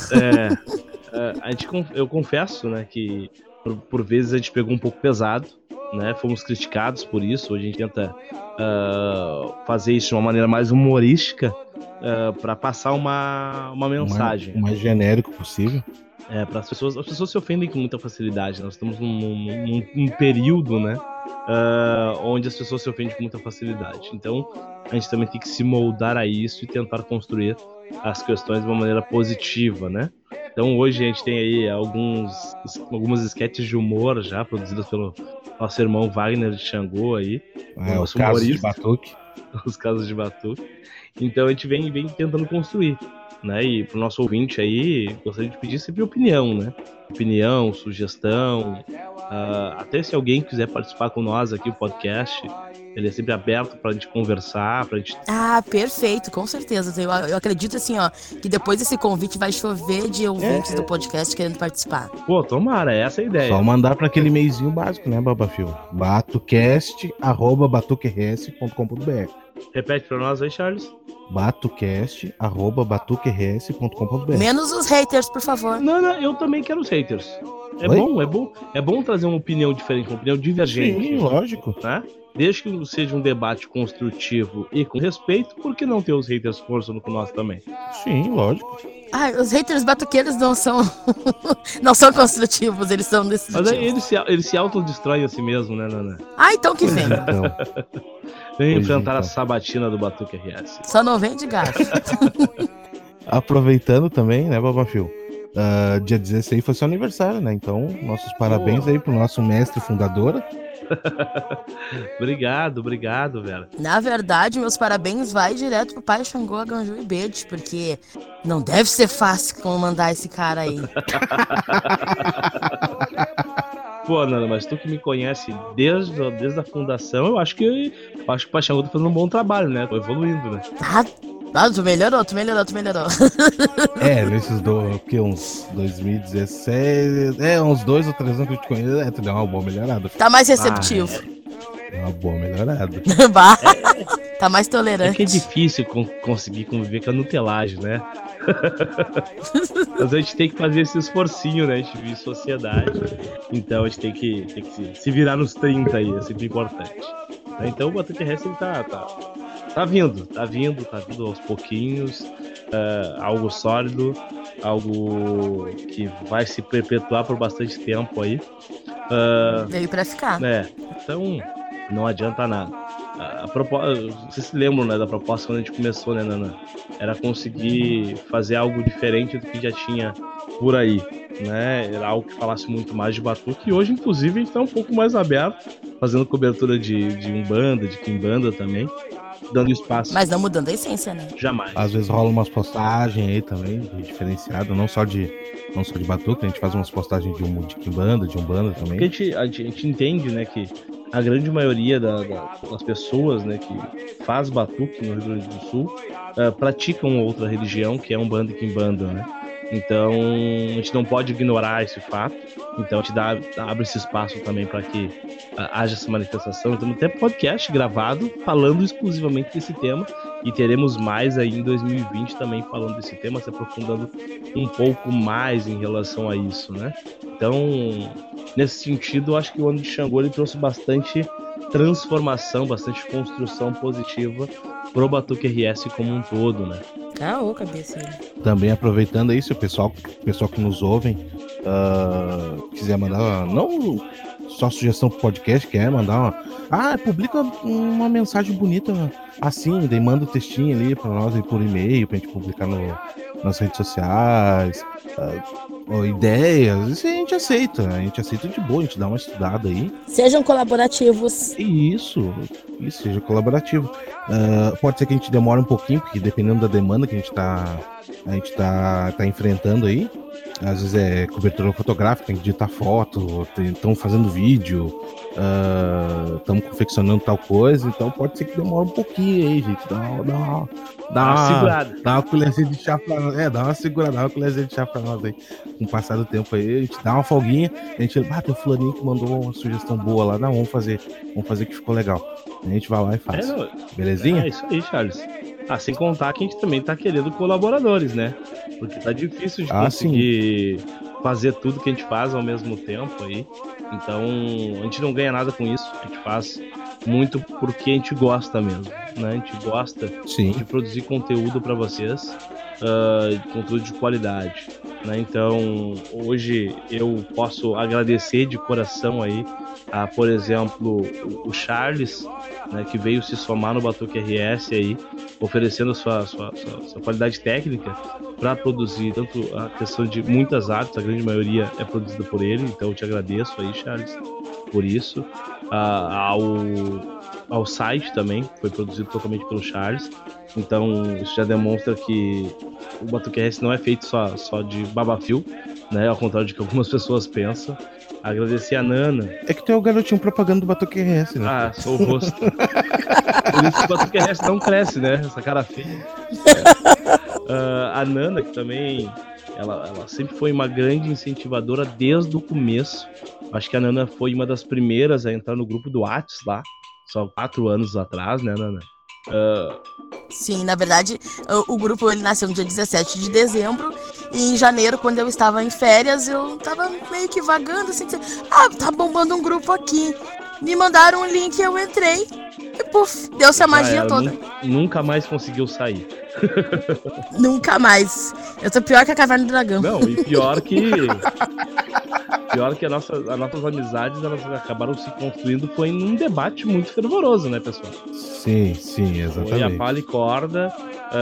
Eu confesso, né, que por vezes a gente pegou um pouco pesado, né? Fomos criticados por isso. Hoje a gente tenta fazer isso de uma maneira mais humorística para passar uma mensagem. O mais genérico possível. Para as pessoas se ofendem com muita facilidade. Nós estamos num período, né, onde as pessoas se ofendem com muita facilidade. Então, a gente também tem que se moldar a isso e tentar construir as questões de uma maneira positiva, né? Então, hoje a gente tem aí algumas sketches de humor já produzidas pelo nosso irmão Wagner de Xangô aí. Os casos de batuque. Os casos de batuque. Então, a gente vem tentando construir. né? E pro nosso ouvinte aí, gostaria de pedir sempre opinião, né? Opinião, sugestão, até se alguém quiser participar com nós aqui, o podcast, ele é sempre aberto pra gente conversar, pra gente... Ah, perfeito, com certeza. Eu acredito assim, ó, que depois desse convite vai chover de ouvintes do podcast querendo participar. Pô, tomara, essa é a ideia. Só mandar para aquele e-mailzinho básico, né, Babafio? batucast@batuquers.com.br. Repete pra nós aí, Charles. batucast@batuquers.com.br. Menos os haters, por favor. Não, eu também quero os haters. É bom trazer uma opinião diferente, uma opinião divergente. Sim, lógico. Né? Desde que seja um debate construtivo e com respeito, por que não ter os haters forçando com nós também? Sim, lógico. Ah, os haters batuqueiros não são não são construtivos, eles são destrutivos. Mas aí eles se autodestroem a si mesmo, né, Nana? Ah, então que vem. Então, Vem Pois enfrentar a então. sabatina do Batuque RS. Só não vem de gato. aproveitando também, né, Babafio? Dia 16 foi seu aniversário, né? Então, nossos parabéns aí pro nosso mestre fundador. Obrigado, velho. Na verdade, meus parabéns vai direto pro pai Xangô, Aganju e Bede, porque não deve ser fácil comandar esse cara aí. Pô, Nana, mas tu que me conhece desde a fundação, eu acho que o Paixão tá fazendo um bom trabalho, né? Tô evoluindo, né? Tu melhorou. Nesses uns 2017, uns 2 ou 3 anos que eu te conheço, tu deu uma boa melhorada. Tá mais receptivo. Uma boa melhorada. Bah, tá mais É tolerante. que é difícil conseguir conviver com a nutelagem, né? Mas a gente tem que fazer esse esforcinho, né? A gente vive em sociedade. Então a gente tem que se virar nos 30 aí, é sempre importante. Então o Batuque RS ele tá vindo aos pouquinhos. Algo sólido, algo que vai se perpetuar por bastante tempo aí. Veio pra ficar. Então não adianta nada. Vocês se lembram, né, da proposta quando a gente começou, né, Nana? Era conseguir fazer algo diferente do que já tinha por aí, né? Era algo que falasse muito mais de batuque. E hoje, inclusive, a gente tá um pouco mais aberto, fazendo cobertura de Umbanda, de Quimbanda também, dando espaço. Mas não mudando a essência, né? Jamais. Às vezes rola umas postagens aí também, diferenciado, não só de batuque, a gente faz umas postagens de Quimbanda, de Umbanda também. Porque a gente entende, né, que a grande maioria das pessoas, né, que faz batuque no Rio Grande do Sul praticam outra religião, que é Umbanda e Quimbanda, né? Então a gente não pode ignorar esse fato. Então a gente abre esse espaço também para que haja essa manifestação. Então até podcast gravado falando exclusivamente desse tema, e teremos mais aí em 2020 também falando desse tema, se aprofundando um pouco mais em relação a isso, né? Então, nesse sentido, eu acho que o ano de Xangô ele trouxe bastante transformação, bastante construção positiva pro Batuque RS como um todo, né? Caô, cabeça aí. Também aproveitando aí, se o pessoal que nos ouvem quiser mandar, não só sugestão pro podcast, quer mandar publica uma mensagem bonita assim, daí manda o textinho ali pra nós aí por e-mail, pra gente publicar nas redes sociais, ideias, isso a gente aceita de boa, a gente dá uma estudada aí. Sejam colaborativos. Isso, seja colaborativo. Pode ser que a gente demore um pouquinho, porque dependendo da demanda que a gente tá enfrentando aí, às vezes é cobertura fotográfica, tem que editar foto, estão fazendo vídeo, estamos confeccionando tal coisa, então pode ser que demore um pouquinho aí, gente. Dá uma segurada. Dá uma colherzinha de chá pra nós. Dá uma segurada, dá uma colherzinha de chá pra nós aí. Com o passar do tempo aí, a gente dá uma folguinha, a gente tem o fulaninho que mandou uma sugestão boa lá, vamos fazer que ficou legal. A gente vai lá e faz. Belezinha? É isso aí, Charles. Sem contar que a gente também tá querendo colaboradores, né? Porque tá difícil de conseguir fazer tudo que a gente faz ao mesmo tempo aí. Então, a gente não ganha nada com isso. A gente faz muito porque a gente gosta mesmo, né? A gente gosta de produzir conteúdo para vocês, conteúdo de qualidade, né? Então, hoje eu posso agradecer de coração aí a, por exemplo, o Charles, né, que veio se somar no Batuque RS aí, oferecendo sua qualidade técnica para produzir tanto a questão de muitas artes, a grande maioria é produzida por ele, então eu te agradeço aí, Charles, por isso. Ao site também, foi produzido totalmente pelo Charles, então isso já demonstra que o Batuque RS não é feito só de babafio, né? Ao contrário de que algumas pessoas pensam. Agradecer a Nana. É que tu é o garotinho propaganda do Batuque RS, né? Ah, sou o rosto. Por isso que o Batuque RS não cresce, né? Essa cara feia. A Nana, que também ela sempre foi uma grande incentivadora desde o começo. Acho que a Nana foi uma das primeiras a entrar no grupo do Whats lá, só 4 anos atrás, né, Nana? Sim, na verdade, o grupo ele nasceu no dia 17 de dezembro e em janeiro, quando eu estava em férias, eu tava meio que vagando, assim, tá bombando um grupo aqui. Me mandaram um link, eu entrei e puf, deu-se a magia toda. Nunca mais conseguiu sair. Nunca mais. Eu tô pior que a Caverna do Dragão. Não, e pior que as nossas amizades, elas acabaram se construindo foi num debate muito fervoroso, né, pessoal? Sim, exatamente. Foi a palha e corda,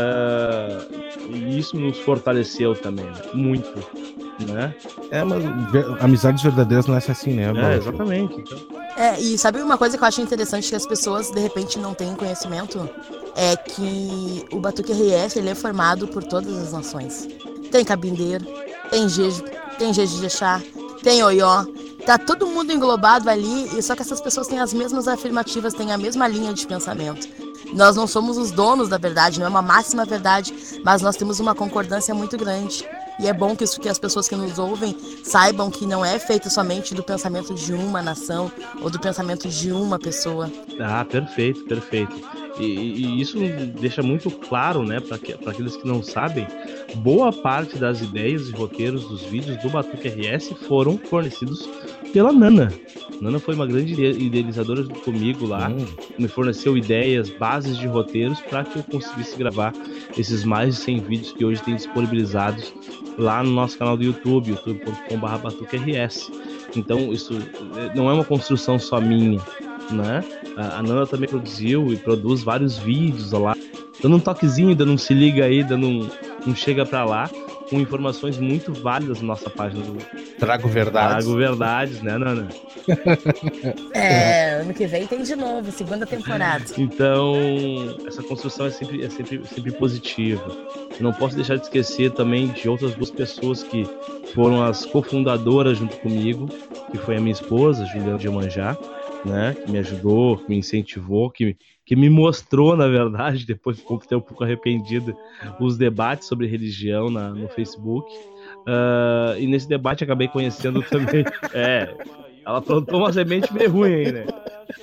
e isso nos fortaleceu também, né? Muito, né? Mas amizades verdadeiras não é assim, né? Exatamente. Então. E sabe uma coisa que eu acho interessante que as pessoas, de repente, não têm conhecimento? É que o Batuque RS, ele é formado por todas as nações. Tem cabindeiro, tem jeje de Jexá, tem oió, tá todo mundo englobado ali, e só que essas pessoas têm as mesmas afirmativas, têm a mesma linha de pensamento. Nós não somos os donos da verdade, não é uma máxima verdade, mas nós temos uma concordância muito grande. E é bom que as pessoas que nos ouvem saibam que não é feito somente do pensamento de uma nação ou do pensamento de uma pessoa. Ah, perfeito. E isso deixa muito claro, né, para aqueles que não sabem, boa parte das ideias e roteiros dos vídeos do Batuque RS foram fornecidos pela Nana. Nana foi uma grande idealizadora junto comigo lá, me forneceu ideias, bases de roteiros para que eu conseguisse gravar esses mais de 100 vídeos que hoje tem disponibilizados lá no nosso canal do YouTube, youtube.com/batuquers. Então isso não é uma construção só minha, né? A Nana também produziu e produz vários vídeos lá, dando um toquezinho, dando um se liga aí, dando um chega pra lá, com informações muito válidas na nossa página do Trago Verdades, né, Nana? Ano que vem tem de novo, segunda temporada. Então, essa construção é sempre positiva. Eu não posso deixar de esquecer também de outras 2 pessoas que foram as cofundadoras junto comigo, que foi a minha esposa, Juliana de Iemanjá, né, que me ajudou, que me incentivou, que me mostrou, na verdade, depois de ter um pouco arrependido, os debates sobre religião no Facebook. E nesse debate acabei conhecendo também. Ela plantou uma semente meio ruim aí, né?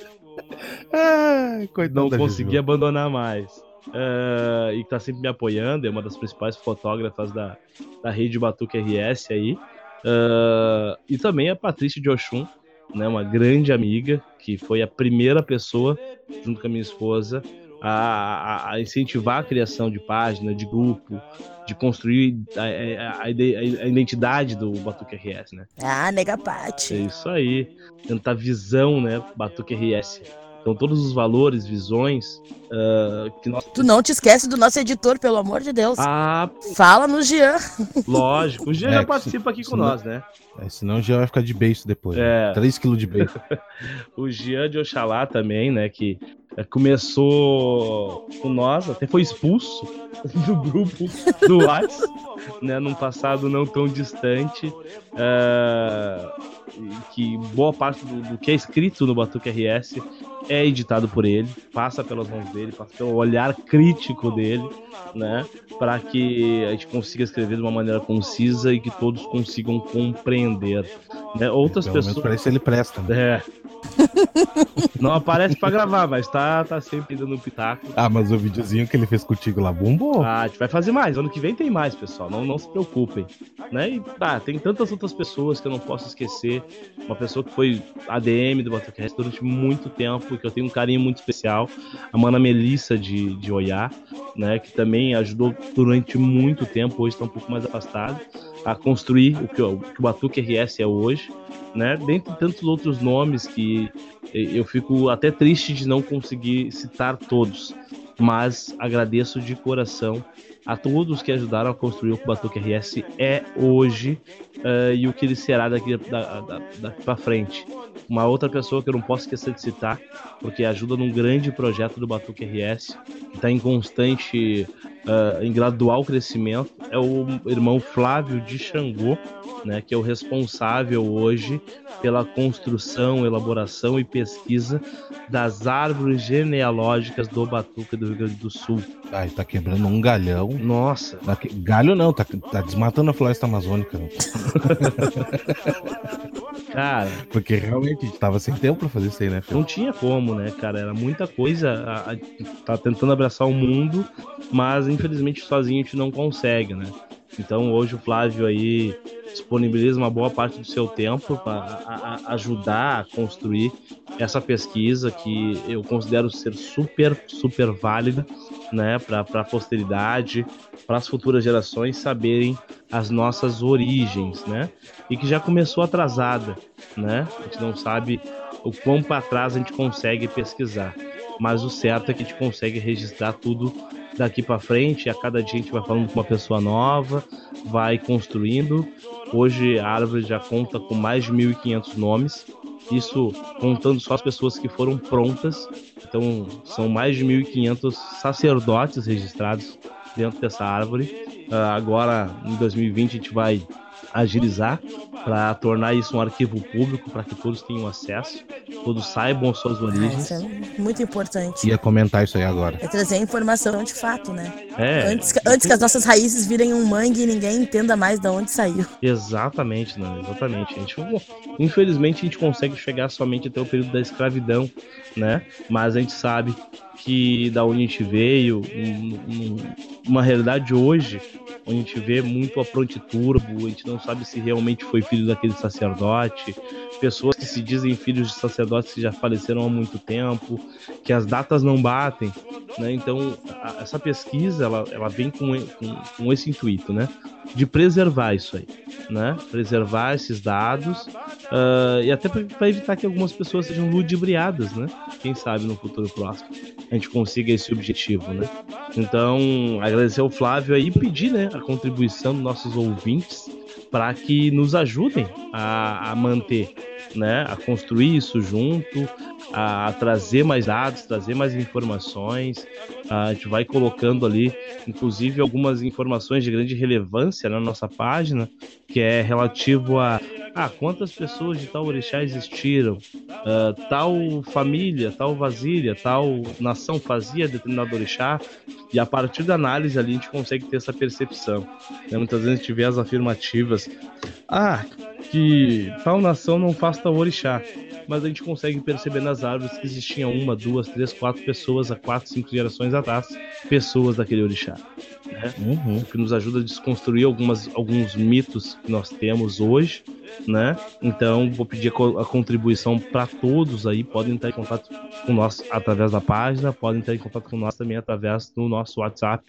Não consegui abandonar mais. E que tá sempre me apoiando, é uma das principais fotógrafas da rede Batuque RS aí. E também a Patrícia de Oxum, né, uma grande amiga, que foi a primeira pessoa, junto com a minha esposa, a incentivar a criação de página, de grupo, de construir a identidade do Batuque RS, né? Nega Pati. É isso aí, tentar visão, né, Batuque RS. Então todos os valores, visões que nós... Tu não te esquece do nosso editor, pelo amor de Deus. Fala no Jean. Lógico, o Jean já participa aqui com nós, né? Senão o Jean vai ficar de beiço depois. 3 kg de beiço. O Jean de Oxalá também, né? Que começou com nós, até foi expulso do grupo do Whats, né? Num passado não tão distante. Que boa parte do que é escrito no Batuque RS é editado por ele, passa pelas mãos dele, passa pelo olhar crítico dele, né, para que a gente consiga escrever de uma maneira concisa e que todos consigam compreender, né? Outras pessoas... Para isso ele presta, né? Não aparece para gravar, mas tá sempre dando um pitaco. Mas o videozinho que ele fez contigo lá bombou. A gente vai fazer mais, ano que vem tem mais, pessoal, não se preocupem, né? E tem tantas outras pessoas que eu não posso esquecer. Uma pessoa que foi ADM do Batuque RS durante muito tempo, que eu tenho um carinho muito especial, a Mana Melissa de Oiá, né, que também ajudou durante muito tempo, hoje está um pouco mais afastado, a construir o que o Batuque RS é hoje, né, dentre tantos outros nomes que eu fico até triste de não conseguir citar todos, mas agradeço de coração a todos que ajudaram a construir o que o Batuque RS é hoje e o que ele será daqui para frente. Uma outra pessoa que eu não posso esquecer de citar, porque ajuda num grande projeto do Batuque RS, que está em constante, em gradual crescimento, é o irmão Flávio de Xangô, né, que é o responsável hoje pela construção, elaboração e pesquisa das árvores genealógicas do Batuque do Rio Grande do Sul. Ele tá quebrando um galhão. Nossa! Galho não, tá desmatando a floresta amazônica. Né? Cara... Porque realmente a gente tava sem tempo pra fazer isso aí, né, filho? Não tinha como, né, cara? Era muita coisa. Tá tentando abraçar o mundo, mas infelizmente sozinho a gente não consegue, né? Então hoje o Flávio aí disponibiliza uma boa parte do seu tempo para ajudar a construir essa pesquisa que eu considero ser super válida, né, para a posteridade, para as futuras gerações saberem as nossas origens, né, e que já começou atrasada, né, a gente não sabe o quão para trás a gente consegue pesquisar, mas o certo é que a gente consegue registrar tudo daqui para frente, e a cada dia a gente vai falando com uma pessoa nova, vai construindo. Hoje a árvore já conta com mais de 1.500 nomes, isso contando só as pessoas que foram prontas. Então são mais de 1.500 sacerdotes registrados dentro dessa árvore. Agora em 2020 a gente vai agilizar para tornar isso um arquivo público, para que todos tenham acesso, todos saibam as suas origens. Isso é muito importante. Ia comentar isso aí agora. É trazer a informação de fato, né? Antes que as nossas raízes virem um mangue e ninguém entenda mais de onde saiu. Exatamente, não, exatamente. Infelizmente a gente consegue chegar somente até o período da escravidão, né? Mas a gente sabe que da onde a gente veio, uma realidade hoje, onde a gente vê muito a prontiturbo, a gente não sabe se realmente foi filho daquele sacerdote, pessoas que se dizem filhos de sacerdotes que já faleceram há muito tempo, que as datas não batem, né? Então essa pesquisa ela vem com esse intuito, né, de preservar isso aí, né, preservar esses dados e até para evitar que algumas pessoas sejam ludibriadas, né, quem sabe no futuro próximo a gente consiga esse objetivo, né. Então agradecer ao Flávio aí e pedir, né, a contribuição dos nossos ouvintes para que nos ajudem a manter, né, a construir isso junto, a trazer mais dados, trazer mais informações. A gente vai colocando ali, inclusive, algumas informações de grande relevância na nossa página, que é relativo a quantas pessoas de tal orixá existiram, tal família, tal vasilha, tal nação fazia determinado orixá, e a partir da análise ali a gente consegue ter essa percepção, né? Muitas vezes a gente vê as afirmativas, que tal nação não faz tal orixá, mas a gente consegue perceber nas árvores que existiam 1, 2, 3, 4 pessoas há 4, 5 gerações atrás, pessoas daquele orixá, né? O que nos ajuda a desconstruir alguns mitos que nós temos hoje, né? Então vou pedir a contribuição para todos aí, podem entrar em contato com nós através da página, podem entrar em contato com nós também através do nosso WhatsApp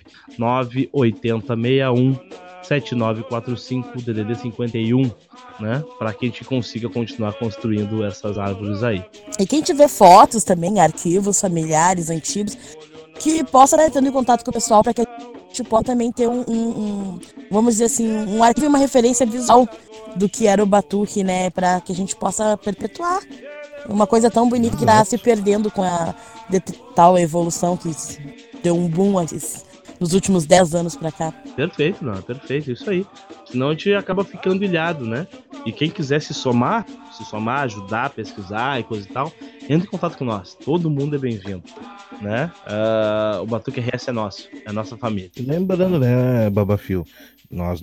98061 7945 DDD 51, né? Para que a gente consiga continuar construindo essas árvores aí. E quem tiver fotos também, arquivos familiares antigos, que possa estar entrando em contato com o pessoal para que a gente possa também ter vamos dizer assim, um arquivo e uma referência visual do que era o batuque, né? Para que a gente possa perpetuar uma coisa tão bonita que está se perdendo com a tal evolução que deu um boom nos últimos 10 anos pra cá. Perfeito, não, perfeito, isso aí. Senão a gente acaba ficando ilhado, né? E quem quiser se somar, ajudar, pesquisar e coisa e tal, entre em contato com nós. Todo mundo é bem-vindo, né? O Batuque RS é nosso, é a nossa família. Lembrando, né, Babafio, nós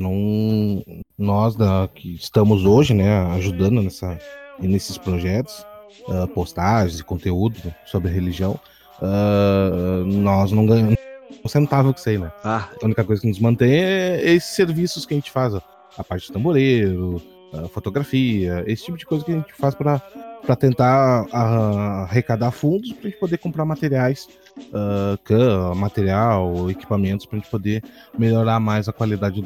que estamos hoje, né, ajudando nesses projetos, postagens e conteúdo sobre religião, nós não ganhamos um centavo que sei, né? A única coisa que nos mantém é esses serviços que a gente faz, a parte de tamboreiro, a fotografia, esse tipo de coisa que a gente faz para tentar arrecadar fundos para a gente poder comprar materiais material, equipamentos para a gente poder melhorar mais a qualidade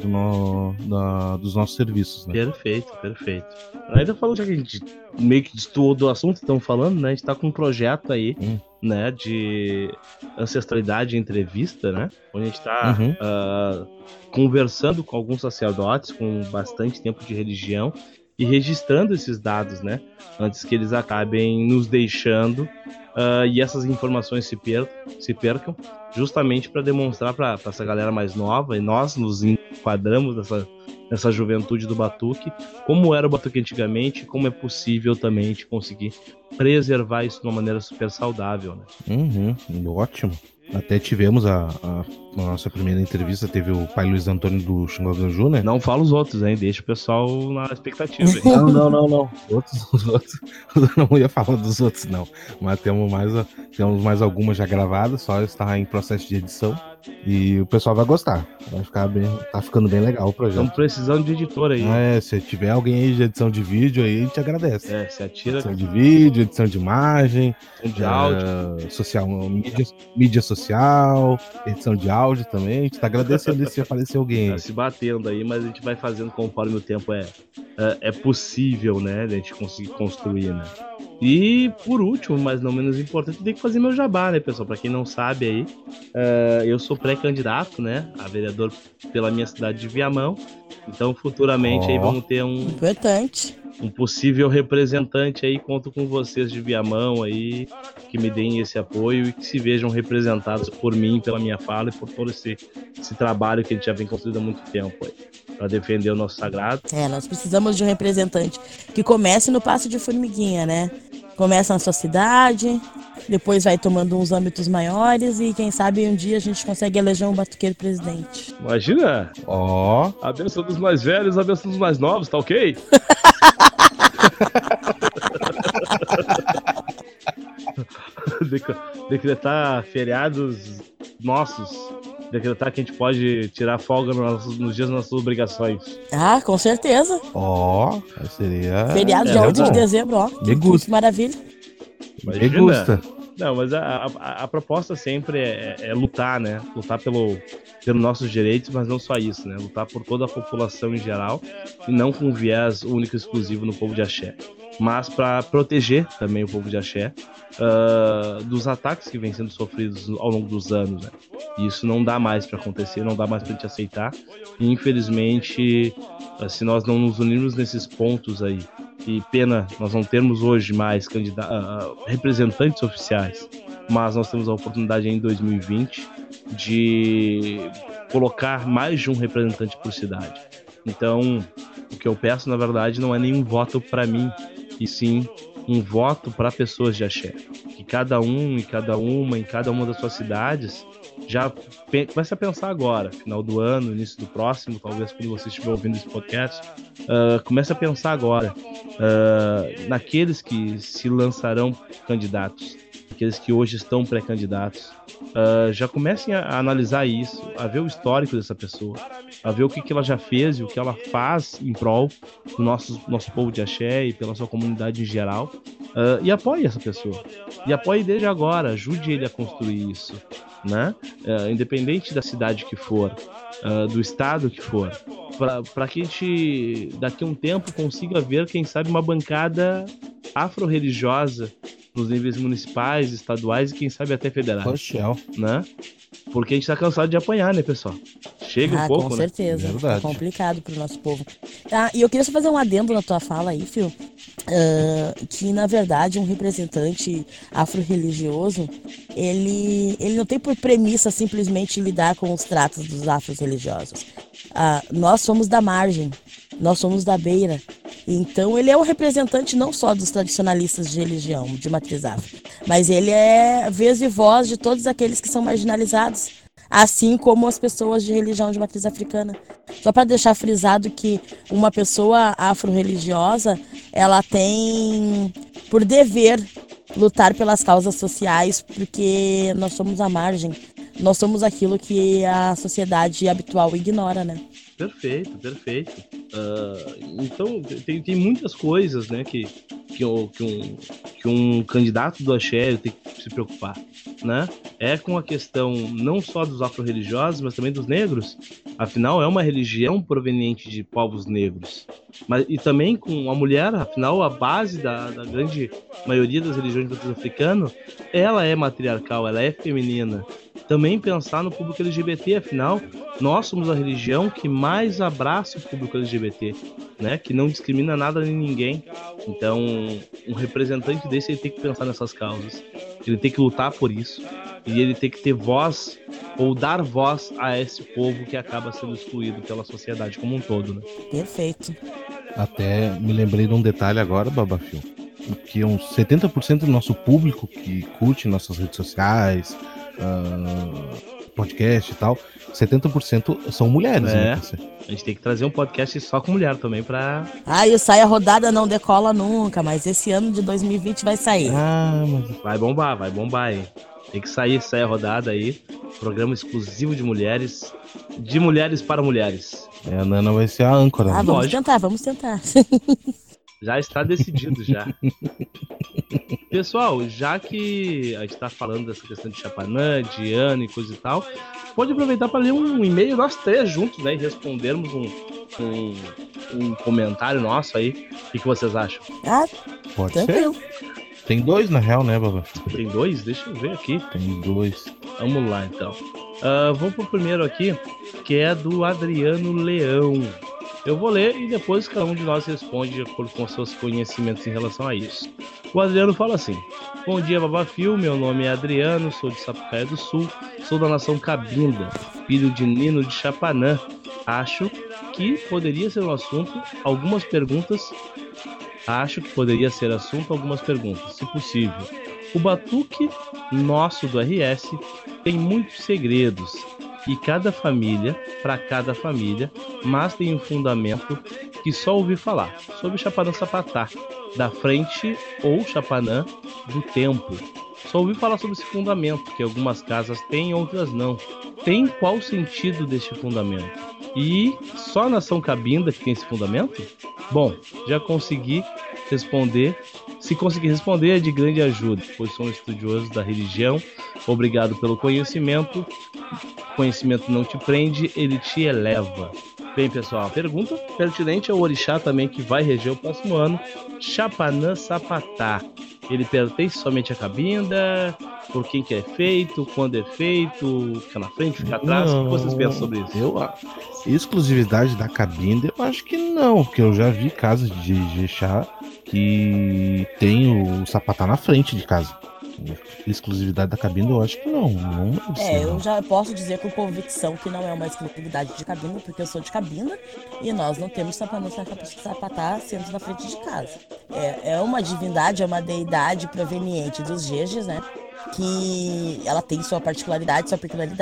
dos nossos serviços, né? Perfeito. Ainda falando, já que a gente meio que destoou do assunto que estamos falando, né? A gente tá com um projeto aí, né, de ancestralidade e entrevista, né? Onde a gente tá conversando com alguns sacerdotes com bastante tempo de religião e registrando esses dados, né? Antes que eles acabem nos deixando e essas informações se percam, justamente para demonstrar para essa galera mais nova, e nós nos enquadramos nessa juventude do batuque, como era o batuque antigamente, como é possível também a gente conseguir preservar isso de uma maneira super saudável, né? Ótimo. Até tivemos a nossa primeira entrevista, teve o pai Luiz Antônio do Xangô-Ganju, né? Não fala os outros, hein? Deixa o pessoal na expectativa. Hein? Não. Os outros. Não ia falar dos outros, não. Mas temos mais algumas já gravadas, só está em processo de edição. E o pessoal vai gostar. Vai ficar bem. Tá ficando bem legal o projeto. Estamos precisando de editor aí. Se tiver alguém aí de edição de vídeo aí, a gente agradece. Se atira. Edição de vídeo, edição de imagem, de áudio. Mídia social, edição de áudio também. A gente tá agradecendo se aparecer alguém aí. Tá se batendo aí, mas a gente vai fazendo conforme o tempo é possível, né? A gente conseguir construir, né? E por último, mas não menos importante, tem que fazer meu jabá, né, pessoal? Pra quem não sabe aí, eu sou pré-candidato, né, a vereador pela minha cidade de Viamão. Então, futuramente aí vamos ter um possível representante aí. Conto com vocês de Viamão aí, que me deem esse apoio e que se vejam representados por mim, pela minha fala e por todo esse trabalho que a gente já vem construindo há muito tempo aí, para defender o nosso sagrado. Nós precisamos de um representante que comece no passo de formiguinha, né? Começa na sua cidade, depois vai tomando uns âmbitos maiores e quem sabe um dia a gente consegue eleger um batuqueiro presidente. Imagina! A bênção dos mais velhos, a bênção dos mais novos, tá ok? Decretar feriados nossos. Decretar que a gente pode tirar folga nos dias das nossas obrigações. Com certeza. Seria... Feriado dia 8 de dezembro, Me gusta. Que maravilha. Me gusta. Não, mas a proposta sempre é lutar, né? Lutar pelos nossos direitos, mas não só isso, né? Lutar por toda a população em geral e não com viés único e exclusivo no povo de axé. Mas para proteger também o povo de axé dos ataques que vêm sendo sofridos ao longo dos anos, né? E isso não dá mais para acontecer, não dá mais para a gente aceitar. E, infelizmente, se nós não nos unirmos nesses pontos aí, e pena nós não termos hoje mais representantes oficiais, mas nós temos a oportunidade em 2020 de colocar mais de um representante por cidade. Então, o que eu peço, na verdade, não é nenhum voto para mim, e sim um voto para pessoas de axé. Que cada um e cada uma, em cada uma das suas cidades, já comece a pensar agora, final do ano, início do próximo, talvez quando você estiver ouvindo esse podcast, comece a pensar agora naqueles que se lançarão candidatos, aqueles que hoje estão pré-candidatos. Já comecem a analisar isso, a ver o histórico dessa pessoa, a ver o que ela já fez e o que ela faz em prol do nosso povo de axé e pela sua comunidade em geral, e apoie essa pessoa, e apoie desde agora, ajude ele a construir isso, né? Independente da cidade que for, do estado que for, para que a gente daqui a um tempo consiga ver, quem sabe, uma bancada afro-religiosa nos níveis municipais, estaduais e quem sabe até federais, né? Porque a gente tá cansado de apanhar, né, pessoal? Chega um pouco, com né? certeza. É complicado pro nosso povo. E eu queria só fazer um adendo na tua fala aí, Phil, que na verdade um representante afro-religioso, ele não tem por premissa simplesmente lidar com os tratos dos afro-religiosos. Nós somos da margem, nós somos da beira. Então ele é um representante não só dos tradicionalistas de religião, de matriz afro, mas ele é vez e voz de todos aqueles que são marginalizados, assim como as pessoas de religião de matriz africana. Só para deixar frisado que uma pessoa afro-religiosa, ela tem por dever lutar pelas causas sociais, porque nós somos a margem, nós somos aquilo que a sociedade habitual ignora, né? Perfeito. Então, tem muitas coisas, né, que um candidato do axé tem que se preocupar, né? é com a questão não só dos afro-religiosos, mas também dos negros. Afinal, é uma religião proveniente de povos negros. E também com a mulher, afinal, a base da grande maioria das religiões do país africano, ela é matriarcal, ela é feminina. Também pensar no público LGBT, afinal, nós somos a religião que mais abraça o público LGBT, né? Que não discrimina nada nem ninguém. Então, um representante desse, ele tem que pensar nessas causas. Ele tem que lutar por isso. E ele tem que ter voz, ou dar voz a esse povo que acaba sendo excluído pela sociedade como um todo, né? Perfeito. Até me lembrei de um detalhe agora, Babafio, que uns 70% do nosso público que curte nossas redes sociais, podcast e tal, 70% são mulheres, né? A gente tem que trazer um podcast só com mulher também pra... E o Saia Rodada não decola nunca, mas esse ano de 2020 vai sair. Mas... Vai bombar aí. Tem que sair a rodada aí. Programa exclusivo de mulheres para mulheres. A Nana vai ser a âncora. Vamos tentar. Já está decidido, já. Pessoal, já que a gente está falando dessa questão de Chapanã, de ano e coisa e tal, pode aproveitar para ler um e-mail, nós três juntos, né? E respondermos um comentário nosso aí. O que vocês acham? Pode ser. Tem 2, na real, né, Baba? Tem 2? Deixa eu ver aqui. Tem 2. Vamos lá, então. Vamos pro primeiro aqui, que é do Adriano Leão. Eu vou ler e depois cada um de nós responde de acordo com seus conhecimentos em relação a isso. O Adriano fala assim: bom dia, Babafio, meu nome é Adriano, sou de Sapucaia do Sul, sou da nação Cabinda, filho de Nino de Chapanã. Acho que poderia ser algumas perguntas, se possível. O batuque nosso do RS tem muitos segredos e para cada família, mas tem um fundamento que só ouvi falar, sobre Chapanã Sapatá, da frente ou Chapanã do tempo. Só ouvi falar sobre esse fundamento, que algumas casas têm, outras não. Tem qual o sentido deste fundamento? E só a nação Cabinda que tem esse fundamento? Bom, já consegui responder. Se conseguir responder, é de grande ajuda, pois sou um estudioso da religião. Obrigado pelo conhecimento. Conhecimento não te prende, ele te eleva. Bem, pessoal, a pergunta pertinente é o orixá também que vai reger o próximo ano, Chapanã Sapatá. Ele pertence somente à Cabinda? Por quem que é feito? Quando é feito? Fica na frente, fica atrás? O que vocês pensam sobre isso? Exclusividade da Cabinda, eu acho que não, porque eu já vi casas de Ijexá que tem o Sapatá na frente de casa. Exclusividade da Cabinda, eu acho que não. Eu já posso dizer com convicção que não é uma exclusividade de Cabinda, porque eu sou de Cabinda e nós não temos Sapatá sendo na frente de casa. É uma divindade, é uma deidade proveniente dos Jejes, né? Que ela tem sua particularidade,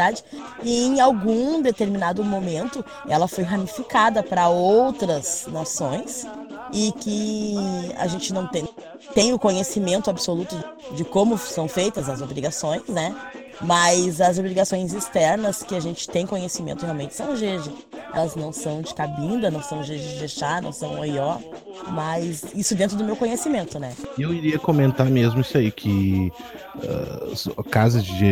e em algum determinado momento ela foi ramificada para outras nações e que a gente não tem o conhecimento absoluto de como são feitas as obrigações, né? Mas as obrigações externas que a gente tem conhecimento realmente são Jeje. Elas não são de Cabinda, não são Jeje de Ijexá, não são Oió, mas isso dentro do meu conhecimento, né? Eu iria comentar mesmo isso aí, que casas de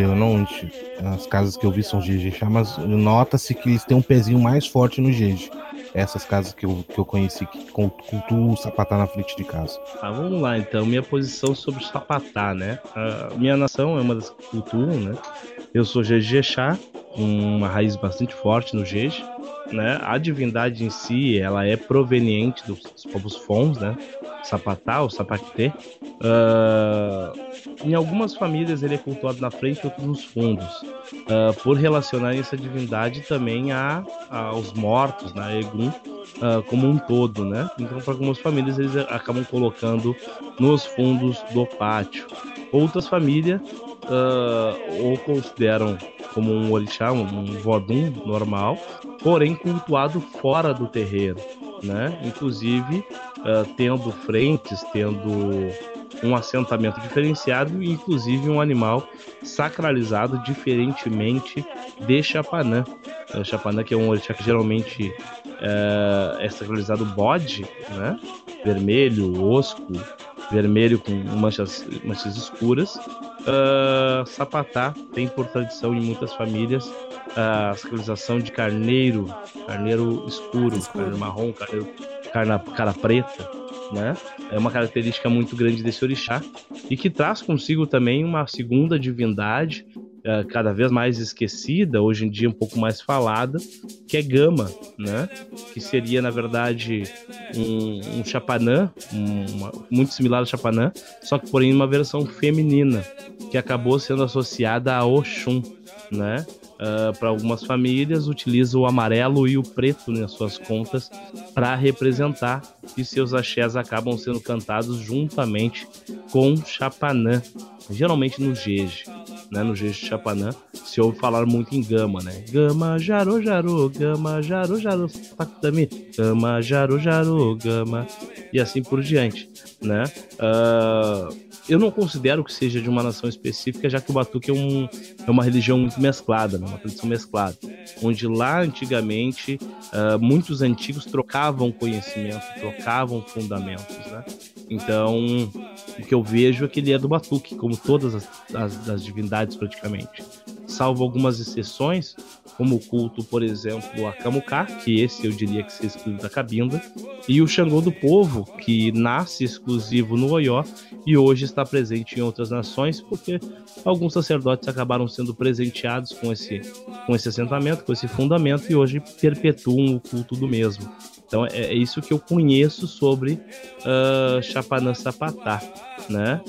as casas que eu vi são de Ijexá, mas nota-se que eles têm um pezinho mais forte no Jeje. Essas casas que eu conheci que cultuam o Sapatá na frente de casa. Vamos lá, então. Minha posição sobre o Sapatá, né? Minha nação é uma das que cultuam, né? Eu sou Jeje de Ijexá, uma raiz bastante forte no Jeje, né? A divindade em si, ela é proveniente dos povos Fons, né? Sapatá ou Sapaquité. Em algumas famílias ele é cultuado na frente, outros nos fundos, por relacionar essa divindade também aos mortos, né, Egum, como um todo, né? Então, para algumas famílias eles acabam colocando nos fundos do pátio. Outras famílias ou consideram como um orixá, um vodum normal, porém cultuado fora do terreiro, né? Inclusive tendo frentes, tendo um assentamento diferenciado e inclusive um animal sacralizado diferentemente de Chapanã. Chapanã, que é um orixá que geralmente é sacralizado bode, né? Vermelho, osco, vermelho com manchas escuras. Sapatá tem por tradição em muitas famílias a sacrificação de carneiro escuro, carneiro marrom, cara preta, né? É uma característica muito grande desse orixá e que traz consigo também uma segunda divindade cada vez mais esquecida, hoje em dia um pouco mais falada, que é Gama, né? Que seria, na verdade, um Chapanã, muito similar ao Chapanã, só que porém uma versão feminina, que acabou sendo associada a Oxum, né? Para algumas famílias, utiliza o amarelo e o preto nas suas contas para representar, e seus axés acabam sendo cantados juntamente com Chapanã, geralmente no jeje. Né, no jeito de Chapanã, se ouve falar muito em Gama, né? Gama, Jaro, Jaro, Gama, Jaro, Jaro, Pactami, Gama, Jaro, Jaro, Gama, e assim por diante, né? Eu não considero que seja de uma nação específica, já que o Batuque é uma religião muito mesclada, né? Uma tradição mesclada, onde lá antigamente muitos antigos trocavam conhecimento, trocavam fundamentos, né? Então, o que eu vejo é que ele é do Batuque, como todas as divindades praticamente. Salvo algumas exceções, como o culto, por exemplo, a Camucá, que esse eu diria que seja exclusivo da Cabinda, e o Xangô do Povo, que nasce exclusivo no Oió e hoje está presente em outras nações, porque alguns sacerdotes acabaram sendo presenteados com esse assentamento, com esse fundamento, e hoje perpetuam o culto do mesmo. Então é isso que eu conheço sobre Chapanã Sapatá, né?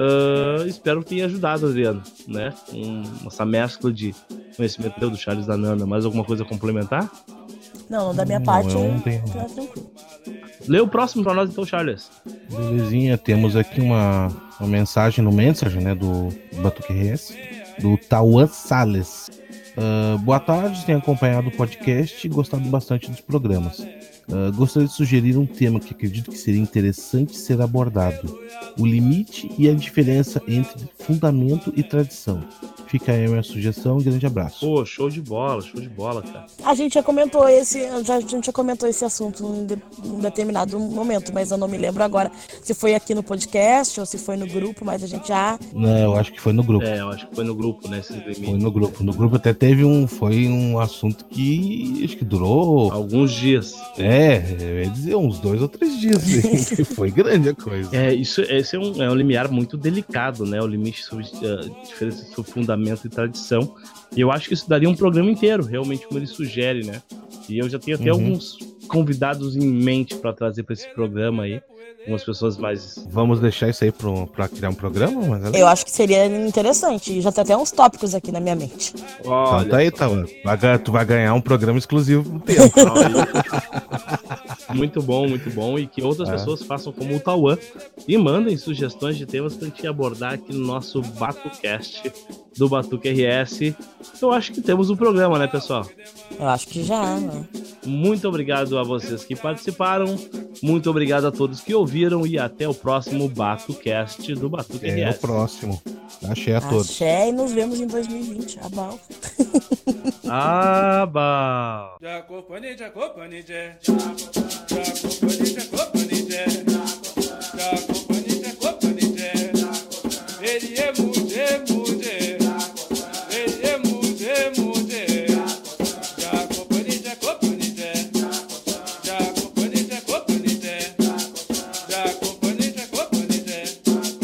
Espero que tenha ajudado, Adriano, né? Com essa mescla de conhecimento do Charles da Nana. Mais alguma coisa a complementar? Não, da minha parte eu não tenho. tá tranquilo. Lê o próximo para nós então, Charles. Belezinha, temos aqui uma mensagem no Messenger, né, do Batuque RS, do Tauan Salles. Boa tarde, tenho acompanhado o podcast e gostado bastante dos programas. Gostaria de sugerir um tema que acredito que seria interessante ser abordado: o limite e a diferença entre fundamento e tradição. Fica aí a minha sugestão, um grande abraço. Pô, show de bola, cara. A gente já comentou esse assunto em um determinado momento, mas eu não me lembro agora se foi aqui no podcast ou se foi no grupo, mas a gente já... Não, eu acho que foi no grupo. Eu acho que foi no grupo, né? Foi no grupo. No grupo até foi um assunto que acho que durou... alguns dias. Eu ia dizer uns 2 ou 3 dias. Foi grande a coisa. Esse é um limiar muito delicado, né? O limite sobre diferença sobre fundamento e tradição. E eu acho que isso daria um programa inteiro, realmente, como ele sugere, né? E eu já tenho até alguns convidados em mente para trazer para esse programa aí. Algumas pessoas mais... Vamos deixar isso aí para criar um programa? Mas... Eu acho que seria interessante. Já tem até uns tópicos aqui na minha mente. Olha, então tá aí, tá. Tu vai ganhar um programa exclusivo pro tempo. Muito bom. E que outras pessoas façam como o Tauan e mandem sugestões de temas pra gente abordar aqui no nosso BatuCast do Batuque RS. Eu acho que temos um programa, né, pessoal? Eu acho que já, né? Muito obrigado a vocês que participaram. Muito obrigado a todos que ouviram. E até o próximo BatuCast do Batuque RS. É o próximo. Axé a todos. Axé, e nos vemos em 2020. Abau. Abau.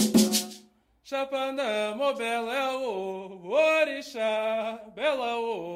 Chapanã, mo bela o orixá, bela o